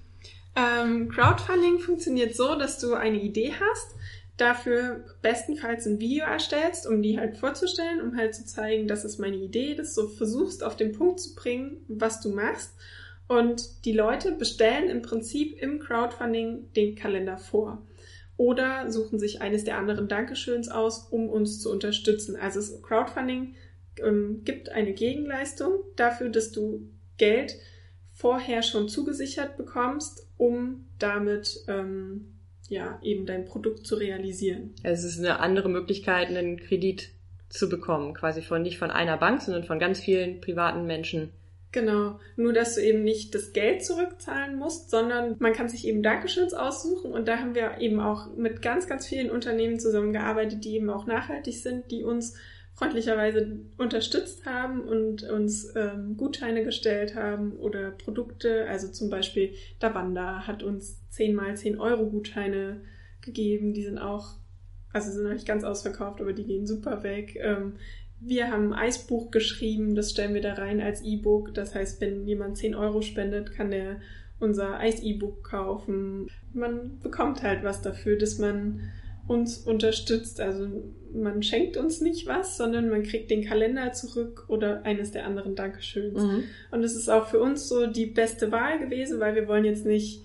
Ähm, Crowdfunding funktioniert so, dass du eine Idee hast, dafür bestenfalls ein Video erstellst, um die halt vorzustellen, um halt zu zeigen, das ist meine Idee, dass du versuchst, auf den Punkt zu bringen, was du machst. Und die Leute bestellen im Prinzip im Crowdfunding den Kalender vor oder suchen sich eines der anderen Dankeschöns aus, um uns zu unterstützen. Also das Crowdfunding ähm, gibt eine Gegenleistung dafür, dass du Geld vorher schon zugesichert bekommst, um damit ähm, ja eben dein Produkt zu realisieren. Es ist eine andere Möglichkeit, einen Kredit zu bekommen, quasi von nicht von einer Bank, sondern von ganz vielen privaten Menschen. Genau, nur dass du eben nicht das Geld zurückzahlen musst, sondern man kann sich eben Dankeschöns aussuchen und da haben wir eben auch mit ganz, ganz vielen Unternehmen zusammengearbeitet, die eben auch nachhaltig sind, die uns freundlicherweise unterstützt haben und uns ähm, Gutscheine gestellt haben oder Produkte, also zum Beispiel Davanda hat uns zehn mal zehn Euro Gutscheine gegeben, die sind auch, also sind noch nicht ganz ausverkauft, aber die gehen super weg. Ähm, Wir haben ein Eisbuch geschrieben, das stellen wir da rein als E-Book. Das heißt, wenn jemand zehn Euro spendet, kann der unser Eis-E-Book kaufen. Man bekommt halt was dafür, dass man uns unterstützt. Also man schenkt uns nicht was, sondern man kriegt den Kalender zurück oder eines der anderen Dankeschöns. Mhm. Und es ist auch für uns so die beste Wahl gewesen, weil wir wollen jetzt nicht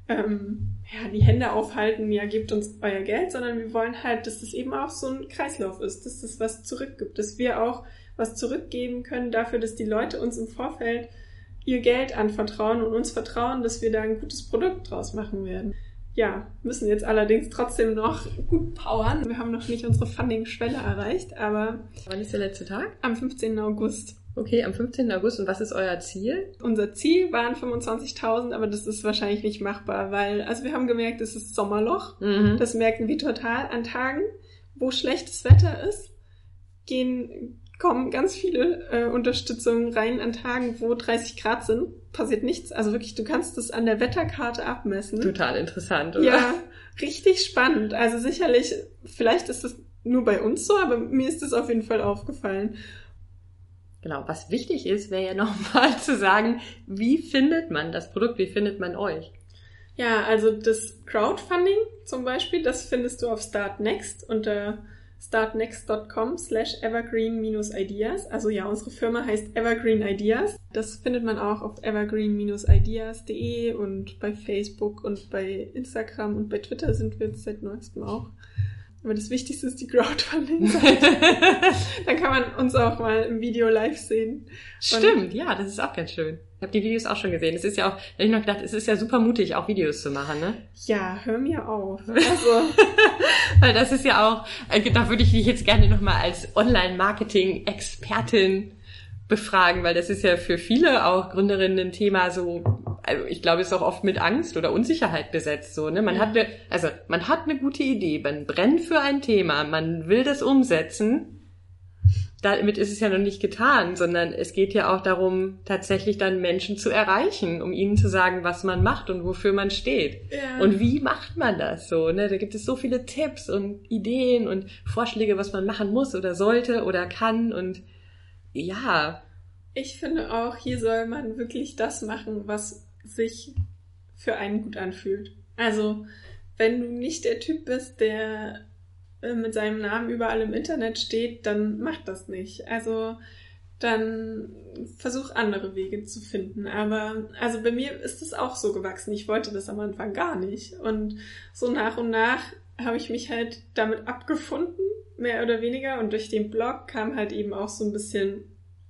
ähm, ja, die Hände aufhalten, ja, gebt uns euer Geld, sondern wir wollen halt, dass das eben auch so ein Kreislauf ist, dass das was zurückgibt, dass wir auch was zurückgeben können dafür, dass die Leute uns im Vorfeld ihr Geld anvertrauen und uns vertrauen, dass wir da ein gutes Produkt draus machen werden. Ja, müssen jetzt allerdings trotzdem noch gut powern. Wir haben noch nicht unsere Funding-Schwelle erreicht, aber... Wann ist der letzte Tag? Am fünfzehnten August. Okay, am fünfzehnten August. Und was ist euer Ziel? Unser Ziel waren fünfundzwanzigtausend, aber das ist wahrscheinlich nicht machbar, weil, also wir haben gemerkt, es ist Sommerloch. Mhm. Das merken wir total an Tagen, wo schlechtes Wetter ist, gehen, kommen ganz viele äh, Unterstützungen rein an Tagen, wo dreißig Grad sind, passiert nichts. Also wirklich, du kannst das an der Wetterkarte abmessen. Total interessant, oder? Ja, richtig spannend. Also sicherlich, vielleicht ist es nur bei uns so, aber mir ist es auf jeden Fall aufgefallen. Genau, was wichtig ist, wäre ja nochmal zu sagen, wie findet man das Produkt, wie findet man euch? Ja, also das Crowdfunding zum Beispiel, das findest du auf Startnext unter startnext.com slash evergreen-ideas. Also ja, unsere Firma heißt Evergreen Ideas. Das findet man auch auf evergreen-ideas punkt de und bei Facebook und bei Instagram und bei Twitter sind wir jetzt seit neuestem auch. Aber das Wichtigste ist die Crowdfunding-Seite. Dann kann man uns auch mal im Video live sehen. Stimmt, ja, das ist auch ganz schön. Ich habe die Videos auch schon gesehen. Es ist ja auch, da hab ich noch gedacht, es ist ja super mutig, auch Videos zu machen, ne? Ja, hör mir auf. Also. Weil das ist ja auch, da würde ich dich jetzt gerne nochmal als Online-Marketing-Expertin befragen, weil das ist ja für viele auch Gründerinnen ein Thema so, also ich glaube, es ist auch oft mit Angst oder Unsicherheit besetzt, so, ne? Man ja. hat eine, also man hat eine gute Idee, man brennt für ein Thema, man will das umsetzen. Damit ist es ja noch nicht getan, sondern es geht ja auch darum, tatsächlich dann Menschen zu erreichen, um ihnen zu sagen, was man macht und wofür man steht. Ja. Und wie macht man das so, ne? Da gibt es so viele Tipps und Ideen und Vorschläge, was man machen muss oder sollte oder kann und ja. Ich finde auch, hier soll man wirklich das machen, was sich für einen gut anfühlt. Also, wenn du nicht der Typ bist, der mit seinem Namen überall im Internet steht, dann mach das nicht. Also dann versuch andere Wege zu finden. Aber also bei mir ist es auch so gewachsen. Ich wollte das am Anfang gar nicht. Und so nach und nach habe ich mich halt damit abgefunden, mehr oder weniger. Und durch den Blog kam halt eben auch so ein bisschen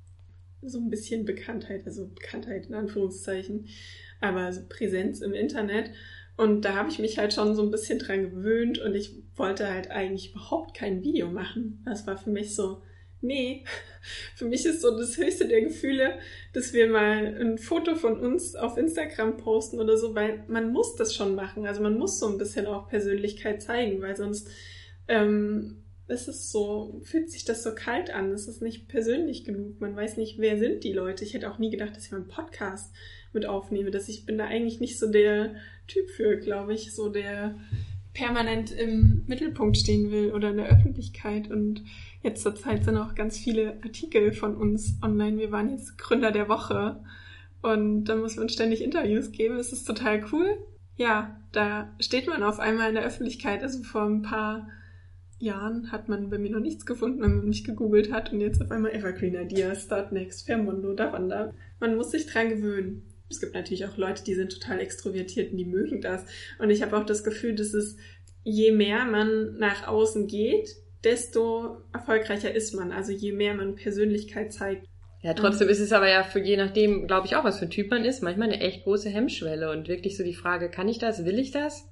so ein bisschen Bekanntheit, also Bekanntheit in Anführungszeichen, aber so Präsenz im Internet. Und da habe ich mich halt schon so ein bisschen dran gewöhnt und ich wollte halt eigentlich überhaupt kein Video machen. Das war für mich so, nee, für mich ist so das höchste der Gefühle, dass wir mal ein Foto von uns auf Instagram posten oder so, weil man muss das schon machen. Also man muss so ein bisschen auch Persönlichkeit zeigen, weil sonst ähm, ist es so, fühlt sich das so kalt an. Es ist nicht persönlich genug. Man weiß nicht, wer sind die Leute. Ich hätte auch nie gedacht, dass ich mal einen Podcast mit aufnehme. Dass ich bin da eigentlich nicht so der Typ für, glaube ich, so der permanent im Mittelpunkt stehen will oder in der Öffentlichkeit. Und jetzt zur Zeit sind auch ganz viele Artikel von uns online. Wir waren jetzt Gründer der Woche und da muss man ständig Interviews geben. Es ist total cool. Ja, da steht man auf einmal in der Öffentlichkeit. Also vor ein paar Jahren hat man bei mir noch nichts gefunden, wenn man mich gegoogelt hat und jetzt auf einmal Evergreen Ideas, Startnext, Fairmondo, Davanda. Man muss sich dran gewöhnen. Es gibt natürlich auch Leute, die sind total extrovertiert und die mögen das. Und ich habe auch das Gefühl, dass es, je mehr man nach außen geht, desto erfolgreicher ist man. Also je mehr man Persönlichkeit zeigt. Ja, trotzdem ist es aber ja für je nachdem, glaube ich, auch, was für ein Typ man ist, manchmal eine echt große Hemmschwelle und wirklich so die Frage, kann ich das, will ich das?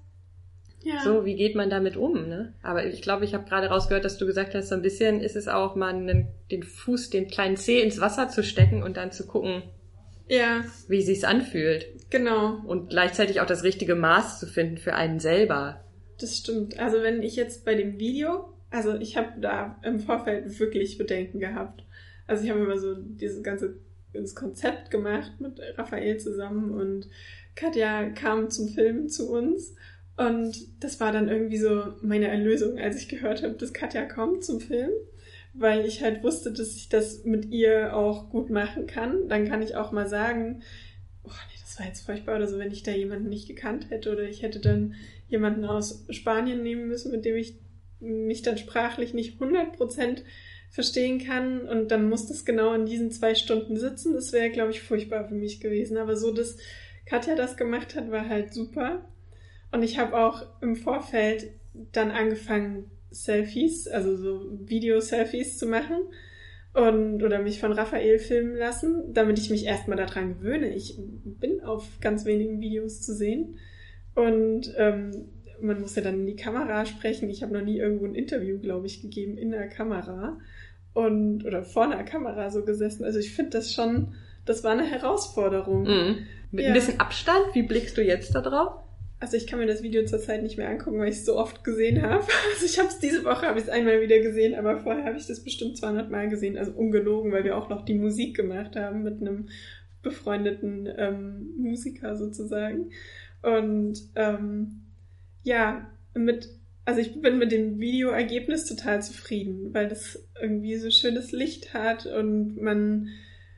Ja. So, wie geht man damit um, ne? Aber ich glaube, ich habe gerade rausgehört, dass du gesagt hast, so ein bisschen ist es auch mal einen, den Fuß, den kleinen Zeh ins Wasser zu stecken und dann zu gucken, ja, wie sich's anfühlt. Genau. Und gleichzeitig auch das richtige Maß zu finden für einen selber. Das stimmt. Also wenn ich jetzt bei dem Video, also ich habe da im Vorfeld wirklich Bedenken gehabt. Also ich habe immer so dieses ganze das Konzept gemacht mit Raphael zusammen und Katja kam zum Film zu uns. Und das war dann irgendwie so meine Erlösung, als ich gehört habe, dass Katja kommt zum Film, weil ich halt wusste, dass ich das mit ihr auch gut machen kann. Dann kann ich auch mal sagen, oh nee, das war jetzt furchtbar oder so, wenn ich da jemanden nicht gekannt hätte oder ich hätte dann jemanden aus Spanien nehmen müssen, mit dem ich mich dann sprachlich nicht hundert Prozent verstehen kann und dann muss das genau in diesen zwei Stunden sitzen. Das wäre, glaube ich, furchtbar für mich gewesen. Aber so, dass Katja das gemacht hat, war halt super. Und ich habe auch im Vorfeld dann angefangen, Selfies, also so Video-Selfies zu machen und oder mich von Raphael filmen lassen, damit ich mich erstmal daran gewöhne. Ich bin auf ganz wenigen Videos zu sehen und ähm, man muss ja dann in die Kamera sprechen. Ich habe noch nie irgendwo ein Interview, glaube ich, gegeben in der Kamera und oder vor einer Kamera so gesessen. Also ich finde das schon, das war eine Herausforderung. Mhm. Mit ja. ein bisschen Abstand, wie blickst du jetzt da drauf? Also ich kann mir das Video zurzeit nicht mehr angucken, weil ich es so oft gesehen habe. Also ich habe es diese Woche habe ich es einmal wieder gesehen, aber vorher habe ich das bestimmt zweihundert Mal gesehen. Also ungelogen, weil wir auch noch die Musik gemacht haben mit einem befreundeten ähm, Musiker sozusagen. Und ähm, ja, mit, also ich bin mit dem Videoergebnis total zufrieden, weil das irgendwie so schönes Licht hat und man,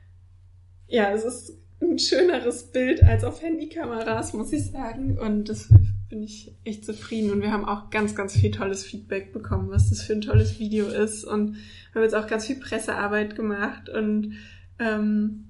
ja, es ist ein schöneres Bild als auf Handykameras, muss ich sagen. Und das bin ich echt zufrieden. Und wir haben auch ganz, ganz viel tolles Feedback bekommen, was das für ein tolles Video ist. Und wir haben jetzt auch ganz viel Pressearbeit gemacht. Und ähm,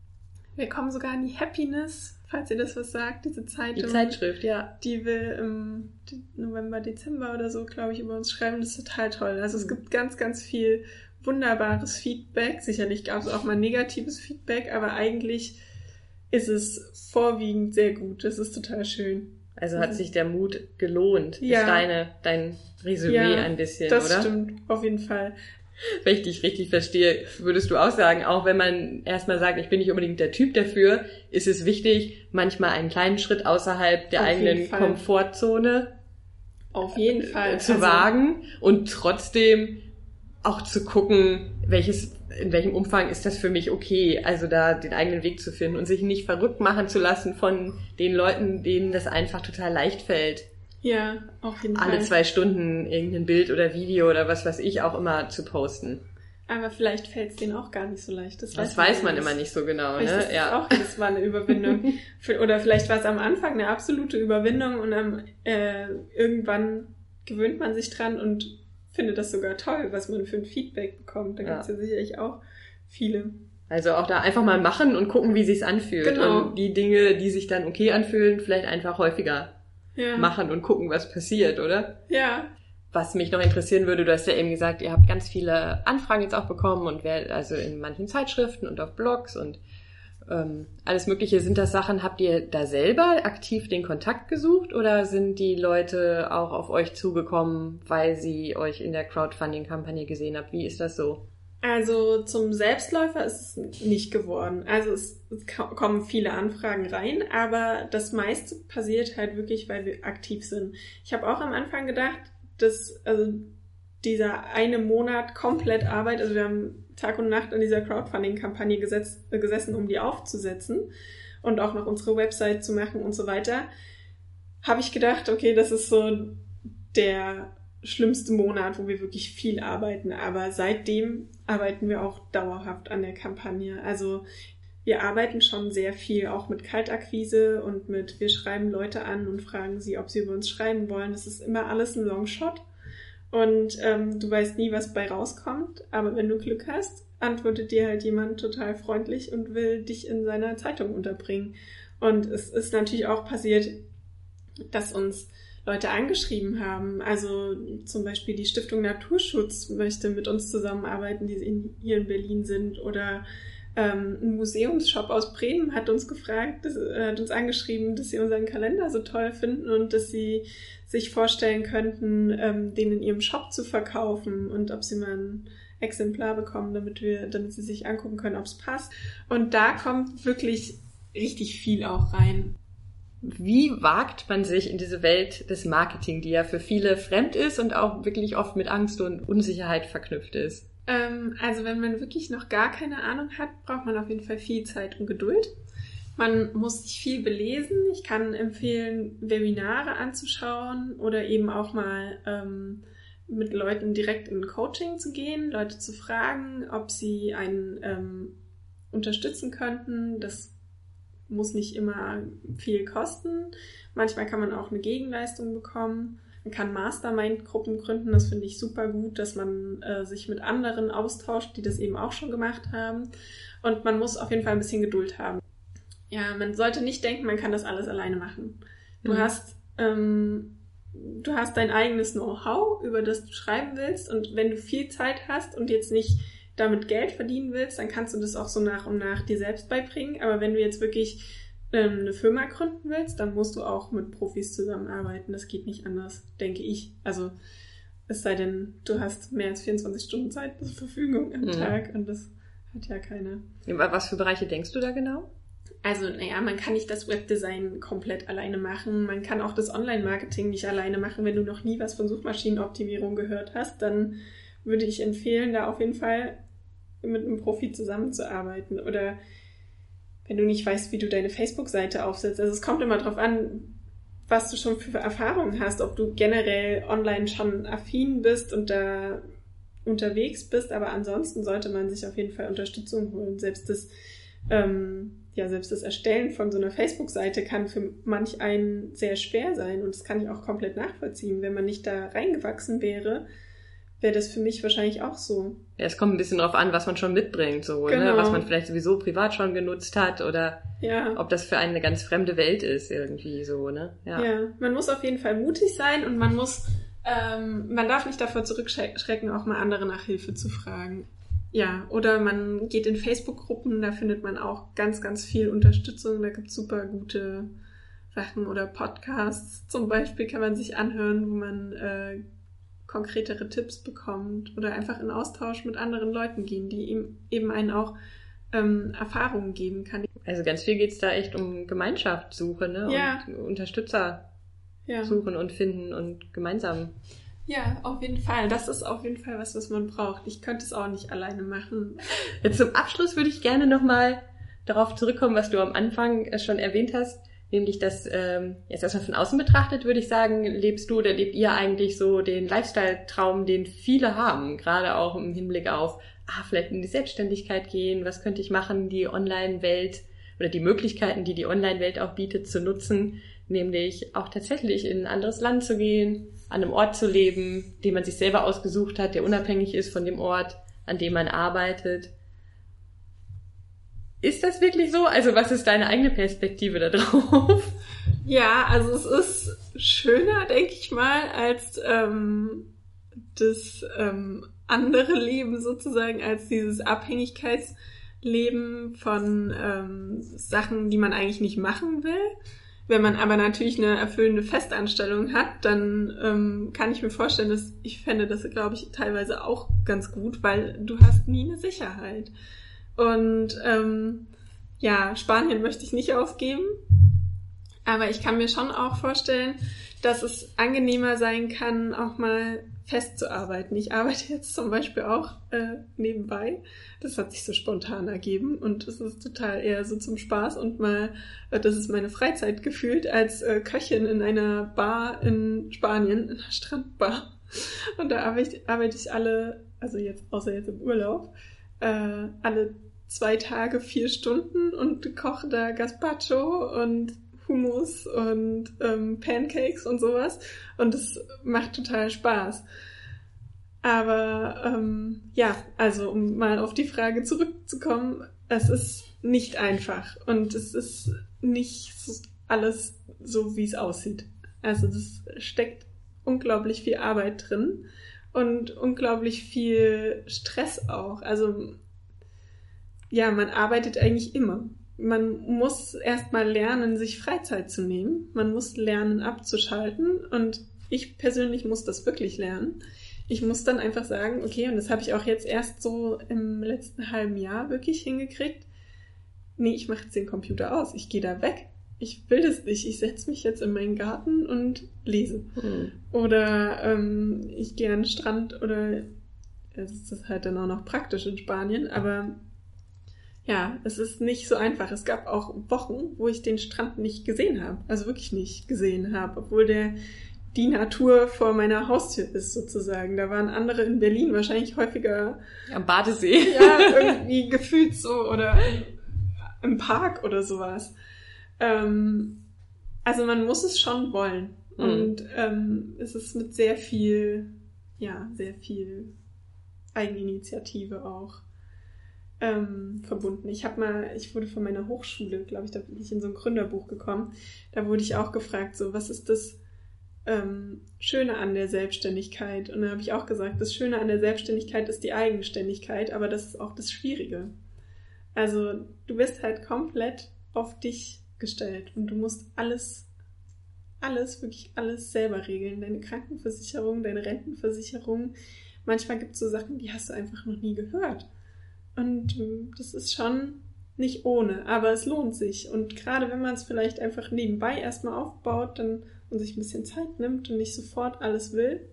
wir kommen sogar in die Happiness, falls ihr das was sagt, diese Zeitung. Die Zeitschrift, ja. Die will im November, Dezember oder so, glaube ich, über uns schreiben. Das ist total toll. Also es gibt ganz, ganz viel wunderbares Feedback. Sicherlich gab es auch mal negatives Feedback, aber eigentlich ist es vorwiegend sehr gut. Das ist total schön. Also hat sich der Mut gelohnt. Ja. Ist deine, dein Resümee ja, ein bisschen, das oder? Das stimmt, auf jeden Fall. Wenn ich dich richtig verstehe, würdest du auch sagen, auch wenn man erstmal sagt, ich bin nicht unbedingt der Typ dafür, ist es wichtig, manchmal einen kleinen Schritt außerhalb der auf eigenen Komfortzone auf jeden Fall zu also, wagen und trotzdem auch zu gucken, welches, in welchem Umfang ist das für mich okay, also da den eigenen Weg zu finden und sich nicht verrückt machen zu lassen von den Leuten, denen das einfach total leicht fällt. Ja, auf jeden Fall. Alle zwei Stunden irgendein Bild oder Video oder was weiß ich auch immer zu posten. Aber vielleicht fällt es denen auch gar nicht so leicht. Das, das weiß, weiß man nicht. immer nicht so genau. Vielleicht Ne? ist ja. auch jedes Mal eine Überwindung. Oder vielleicht war es am Anfang eine absolute Überwindung und am, äh, irgendwann gewöhnt man sich dran und findet das sogar toll, was man für ein Feedback bekommt. Da ja. gibt es ja sicherlich auch viele. Also auch da einfach mal machen und gucken, wie sich's anfühlt. Genau. Und die Dinge, die sich dann okay anfühlen, vielleicht einfach häufiger ja. machen und gucken, was passiert, oder? Ja. Was mich noch interessieren würde, du hast ja eben gesagt, ihr habt ganz viele Anfragen jetzt auch bekommen und wer, also in manchen Zeitschriften und auf Blogs und ähm, alles Mögliche. Sind das Sachen, habt ihr da selber aktiv den Kontakt gesucht oder sind die Leute auch auf euch zugekommen, weil sie euch in der Crowdfunding-Kampagne gesehen habt? Wie ist das so? Also zum Selbstläufer ist es nicht geworden. Also es, es kommen viele Anfragen rein, aber das meiste passiert halt wirklich, weil wir aktiv sind. Ich habe auch am Anfang gedacht, dass also dieser eine Monat komplett Arbeit, also wir haben Tag und Nacht an dieser Crowdfunding-Kampagne gesetzt, äh, gesessen, um die aufzusetzen und auch noch unsere Website zu machen und so weiter, habe ich gedacht, okay, das ist so der schlimmste Monat, wo wir wirklich viel arbeiten. Aber seitdem arbeiten wir auch dauerhaft an der Kampagne. Also wir arbeiten schon sehr viel, auch mit Kaltakquise und mit, wir schreiben Leute an und fragen sie, ob sie über uns schreiben wollen. Das ist immer alles ein Longshot. Und ähm, du weißt nie, was bei rauskommt. Aber wenn du Glück hast, antwortet dir halt jemand total freundlich und will dich in seiner Zeitung unterbringen. Und es ist natürlich auch passiert, dass uns Leute angeschrieben haben. Also zum Beispiel die Stiftung Naturschutz möchte mit uns zusammenarbeiten, die in, hier in Berlin sind. Oder ähm, ein Museumsshop aus Bremen hat uns gefragt, das, äh, hat uns angeschrieben, dass sie unseren Kalender so toll finden und dass sie sich vorstellen könnten, ähm, den in ihrem Shop zu verkaufen und ob sie mal ein Exemplar bekommen, damit wir, damit sie sich angucken können, ob es passt. Und da kommt wirklich richtig viel auch rein. Wie wagt man sich in diese Welt des Marketing, die ja für viele fremd ist und auch wirklich oft mit Angst und Unsicherheit verknüpft ist? Ähm, also wenn man wirklich noch gar keine Ahnung hat, braucht man auf jeden Fall viel Zeit und Geduld. Man muss sich viel belesen. Ich kann empfehlen, Webinare anzuschauen oder eben auch mal ähm, mit Leuten direkt in Coaching zu gehen, Leute zu fragen, ob sie einen ähm, unterstützen könnten. Das muss nicht immer viel kosten. Manchmal kann man auch eine Gegenleistung bekommen. Man kann Mastermind-Gruppen gründen. Das finde ich super gut, dass man äh, sich mit anderen austauscht, die das eben auch schon gemacht haben. Und man muss auf jeden Fall ein bisschen Geduld haben. Ja, man sollte nicht denken, man kann das alles alleine machen. Du mhm. hast ähm, du hast dein eigenes Know-how, über das du schreiben willst. Und wenn du viel Zeit hast und jetzt nicht damit Geld verdienen willst, dann kannst du das auch so nach und nach dir selbst beibringen. Aber wenn du jetzt wirklich ähm, eine Firma gründen willst, dann musst du auch mit Profis zusammenarbeiten. Das geht nicht anders, denke ich. Also es sei denn, du hast mehr als vierundzwanzig Stunden Zeit zur Verfügung am mhm. Tag und das hat ja keiner. Was für Bereiche denkst du da genau? Also, naja, man kann nicht das Webdesign komplett alleine machen. Man kann auch das Online-Marketing nicht alleine machen. Wenn du noch nie was von Suchmaschinenoptimierung gehört hast, dann würde ich empfehlen, da auf jeden Fall mit einem Profi zusammenzuarbeiten. Oder wenn du nicht weißt, wie du deine Facebook-Seite aufsetzt. Also es kommt immer drauf an, was du schon für Erfahrungen hast, ob du generell online schon affin bist und da unterwegs bist, aber ansonsten sollte man sich auf jeden Fall Unterstützung holen. Selbst das, ähm, ja, selbst das Erstellen von so einer Facebook-Seite kann für manch einen sehr schwer sein und das kann ich auch komplett nachvollziehen. Wenn man nicht da reingewachsen wäre, wäre das für mich wahrscheinlich auch so. Ja, es kommt ein bisschen drauf an, was man schon mitbringt, so, genau. ne? Was man vielleicht sowieso privat schon genutzt hat oder ja. ob das für einen eine ganz fremde Welt ist irgendwie so, ne? Ja. ja, man muss auf jeden Fall mutig sein und man muss, ähm, man darf nicht davor zurückschrecken, auch mal andere nach Hilfe zu fragen. Ja, oder man geht in Facebook-Gruppen, da findet man auch ganz, ganz viel Unterstützung, da gibt's super gute Sachen oder Podcasts zum Beispiel kann man sich anhören, wo man äh, konkretere Tipps bekommt oder einfach in Austausch mit anderen Leuten gehen, die ihm eben einen auch ähm, Erfahrungen geben kann. Also ganz viel geht's da echt um Gemeinschaftssuche, ne? Ja. Und Unterstützer ja. suchen und finden und gemeinsam. Ja, auf jeden Fall. Das ist auf jeden Fall was, was man braucht. Ich könnte es auch nicht alleine machen. Jetzt zum Abschluss würde ich gerne nochmal darauf zurückkommen, was du am Anfang schon erwähnt hast. Nämlich, dass ähm, jetzt erstmal von außen betrachtet, würde ich sagen, lebst du oder lebt ihr eigentlich so den Lifestyle-Traum, den viele haben, gerade auch im Hinblick auf, ah, vielleicht in die Selbstständigkeit gehen, was könnte ich machen, die Online-Welt oder die Möglichkeiten, die die Online-Welt auch bietet, zu nutzen, nämlich auch tatsächlich in ein anderes Land zu gehen, an einem Ort zu leben, den man sich selber ausgesucht hat, der unabhängig ist von dem Ort, an dem man arbeitet. Ist das wirklich so? Also was ist deine eigene Perspektive da drauf? Ja, also es ist schöner, denke ich mal, als ähm, das ähm, andere Leben sozusagen, als dieses Abhängigkeitsleben von ähm, Sachen, die man eigentlich nicht machen will. Wenn man aber natürlich eine erfüllende Festanstellung hat, dann ähm, kann ich mir vorstellen, dass ich fände das, glaube ich, teilweise auch ganz gut, weil du hast nie eine Sicherheit. Und ähm, ja, Spanien möchte ich nicht aufgeben, aber ich kann mir schon auch vorstellen, dass es angenehmer sein kann, auch mal festzuarbeiten. Ich arbeite jetzt zum Beispiel auch äh, nebenbei. Das hat sich so spontan ergeben und es ist total eher so zum Spaß und mal, äh, das ist meine Freizeit gefühlt, als äh, Köchin in einer Bar in Spanien, in einer Strandbar. Und da arbeite ich, arbeite ich alle, also jetzt, außer jetzt im Urlaub, äh, alle zwei Tage, vier Stunden und koche da Gazpacho und Hummus und ähm, Pancakes und sowas. Und es macht total Spaß. Aber ähm, ja, also um mal auf die Frage zurückzukommen, es ist nicht einfach und es ist nicht alles so, wie es aussieht. Also das steckt unglaublich viel Arbeit drin und unglaublich viel Stress auch. Also ja, man arbeitet eigentlich immer. Man muss erstmal lernen, sich Freizeit zu nehmen. Man muss lernen, abzuschalten. Und ich persönlich muss das wirklich lernen. Ich muss dann einfach sagen, okay, und das habe ich auch jetzt erst so im letzten halben Jahr wirklich hingekriegt. Nee, ich mache jetzt den Computer aus. Ich gehe da weg. Ich will das nicht. Ich setze mich jetzt in meinen Garten und lese. Mhm. Oder ähm, ich gehe an den Strand oder es ist halt dann auch noch praktisch in Spanien, aber ja, es ist nicht so einfach. Es gab auch Wochen, wo ich den Strand nicht gesehen habe. Also wirklich nicht gesehen habe, obwohl der die Natur vor meiner Haustür ist sozusagen. Da waren andere in Berlin wahrscheinlich häufiger am Badesee. Ja, irgendwie gefühlt so oder im, im Park oder sowas. Ähm, also man muss es schon wollen. Mhm. Und ähm, es ist mit sehr viel, ja, sehr viel Eigeninitiative auch Ähm, verbunden. Ich habe mal, ich wurde von meiner Hochschule, glaube ich, da bin ich in so ein Gründerbuch gekommen, da wurde ich auch gefragt, so, was ist das ähm, Schöne an der Selbstständigkeit? Und da habe ich auch gesagt, das Schöne an der Selbstständigkeit ist die Eigenständigkeit, aber das ist auch das Schwierige. Also du bist halt komplett auf dich gestellt und du musst alles, alles, wirklich alles selber regeln. Deine Krankenversicherung, deine Rentenversicherung. Manchmal gibt es so Sachen, die hast du einfach noch nie gehört. Und das ist schon nicht ohne, aber es lohnt sich. Und gerade wenn man es vielleicht einfach nebenbei erstmal aufbaut dann, und sich ein bisschen Zeit nimmt und nicht sofort alles will,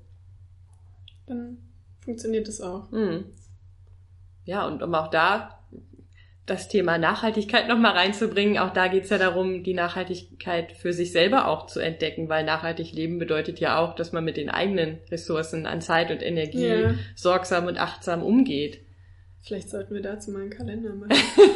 dann funktioniert das auch. Mhm. Ja, und um auch da das Thema Nachhaltigkeit nochmal reinzubringen. Auch da geht's ja darum, die Nachhaltigkeit für sich selber auch zu entdecken, weil nachhaltig leben bedeutet ja auch, dass man mit den eigenen Ressourcen an Zeit und Energie ja. sorgsam und achtsam umgeht. Vielleicht sollten wir dazu mal einen Kalender machen.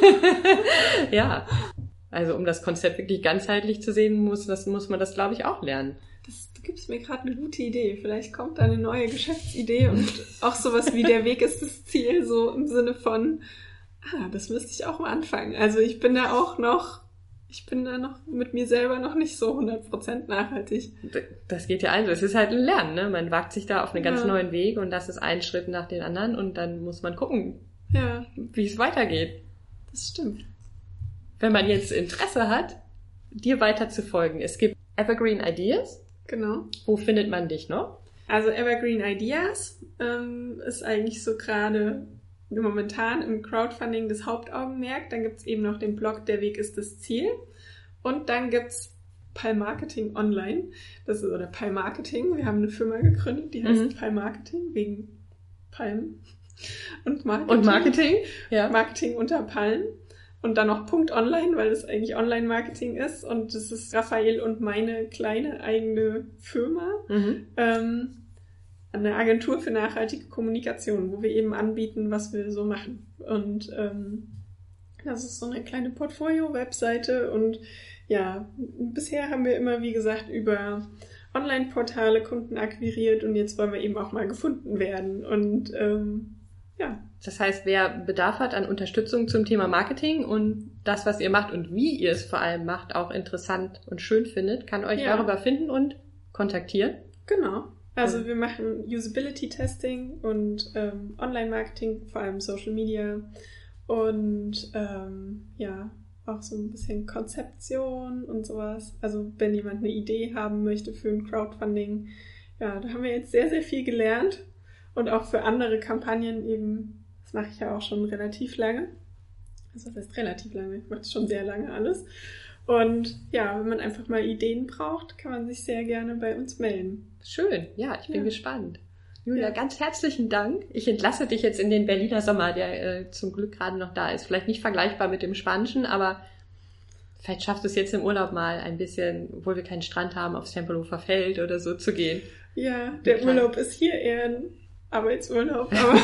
Ja, also um das Konzept wirklich ganzheitlich zu sehen, muss, das, muss man das, glaube ich, auch lernen. Das, du gibst mir gerade eine gute Idee. Vielleicht kommt da eine neue Geschäftsidee und auch sowas wie der Weg ist das Ziel, so im Sinne von ah, das müsste ich auch mal anfangen. Also ich bin da auch noch, ich bin da noch mit mir selber noch nicht so hundert Prozent nachhaltig. Das geht ja also. Es ist halt ein Lernen, ne? Man wagt sich da auf einen ganz ja. neuen Weg und das ist ein Schritt nach den anderen und dann muss man gucken, ja. wie es weitergeht. Das stimmt. Wenn man jetzt Interesse hat, dir weiter zu folgen. Es gibt Evergreen Ideas. Genau. Wo findet man dich noch? Also Evergreen Ideas ähm, ist eigentlich so gerade momentan im Crowdfunding das Hauptaugenmerk. Dann gibt's eben noch den Blog Der Weg ist das Ziel. Und dann gibt's Palm Marketing Online. Das ist, oder Palm Marketing. Wir haben eine Firma gegründet, die heißt mhm. Palm Marketing, wegen Palm und Marketing. Und Marketing? Ja. Marketing unter Palm. Und dann noch Punkt Online, weil das eigentlich Online-Marketing ist. Und das ist Raphael und meine kleine eigene Firma. Mhm. Ähm, eine Agentur für nachhaltige Kommunikation, wo wir eben anbieten, was wir so machen. Und ähm, das ist so eine kleine Portfolio-Webseite. Und ja, bisher haben wir immer, wie gesagt, über Online-Portale Kunden akquiriert. Und jetzt wollen wir eben auch mal gefunden werden. Und ähm, ja. Das heißt, wer Bedarf hat an Unterstützung zum Thema Marketing und das, was ihr macht und wie ihr es vor allem macht, auch interessant und schön findet, kann euch ja. darüber finden und kontaktieren. Genau. Also wir machen Usability-Testing und ähm, Online-Marketing, vor allem Social Media und ähm, ja, auch so ein bisschen Konzeption und sowas. Also wenn jemand eine Idee haben möchte für ein Crowdfunding, ja, da haben wir jetzt sehr, sehr viel gelernt und auch für andere Kampagnen eben, das mache ich ja auch schon relativ lange. Also das heißt relativ lange, ich mache das schon sehr lange alles. Und ja, wenn man einfach mal Ideen braucht, kann man sich sehr gerne bei uns melden. Schön, ja, ich bin ja. gespannt. Julia, ja. ganz herzlichen Dank. Ich entlasse dich jetzt in den Berliner Sommer, der äh, zum Glück gerade noch da ist. Vielleicht nicht vergleichbar mit dem Spanischen, aber vielleicht schaffst du es jetzt im Urlaub mal ein bisschen, obwohl wir keinen Strand haben, aufs Tempelhofer Feld oder so zu gehen. Ja, der Klar. Urlaub ist hier eher ein Arbeitsurlaub, aber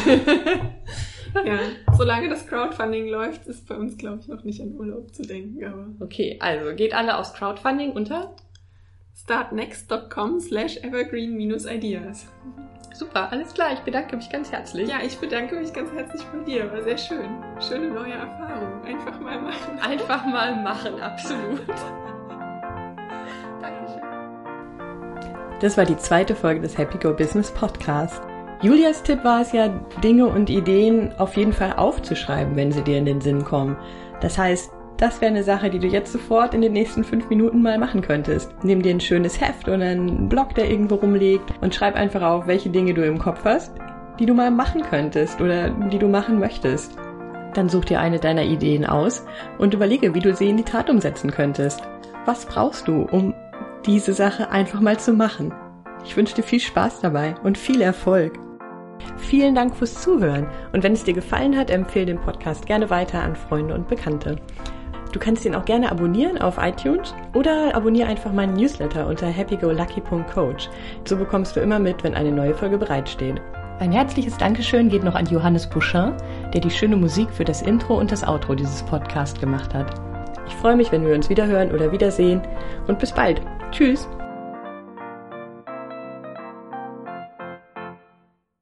ja, solange das Crowdfunding läuft, ist bei uns, glaube ich, noch nicht an Urlaub zu denken. Aber okay, also geht alle aufs Crowdfunding unter startnext.com slash evergreen minus ideas. Super, alles klar, ich bedanke mich ganz herzlich. Ja, ich bedanke mich ganz herzlich bei dir, war sehr schön. Schöne neue Erfahrung, einfach mal machen. Einfach mal machen, absolut. Dankeschön. Das war die zweite Folge des Happy Go Business Podcast. Julias Tipp war es ja, Dinge und Ideen auf jeden Fall aufzuschreiben, wenn sie dir in den Sinn kommen. Das heißt, das wäre eine Sache, die du jetzt sofort in den nächsten fünf Minuten mal machen könntest. Nimm dir ein schönes Heft oder einen Block, der irgendwo rumliegt und schreib einfach auf, welche Dinge du im Kopf hast, die du mal machen könntest oder die du machen möchtest. Dann such dir eine deiner Ideen aus und überlege, wie du sie in die Tat umsetzen könntest. Was brauchst du, um diese Sache einfach mal zu machen? Ich wünsche dir viel Spaß dabei und viel Erfolg. Vielen Dank fürs Zuhören und wenn es dir gefallen hat, empfehle den Podcast gerne weiter an Freunde und Bekannte. Du kannst ihn auch gerne abonnieren auf iTunes oder abonniere einfach meinen Newsletter unter happy go lucky punkt coach. So bekommst du immer mit, wenn eine neue Folge bereitsteht. Ein herzliches Dankeschön geht noch an Johannes Bouchin, der die schöne Musik für das Intro und das Outro dieses Podcasts gemacht hat. Ich freue mich, wenn wir uns wiederhören oder wiedersehen und bis bald. Tschüss!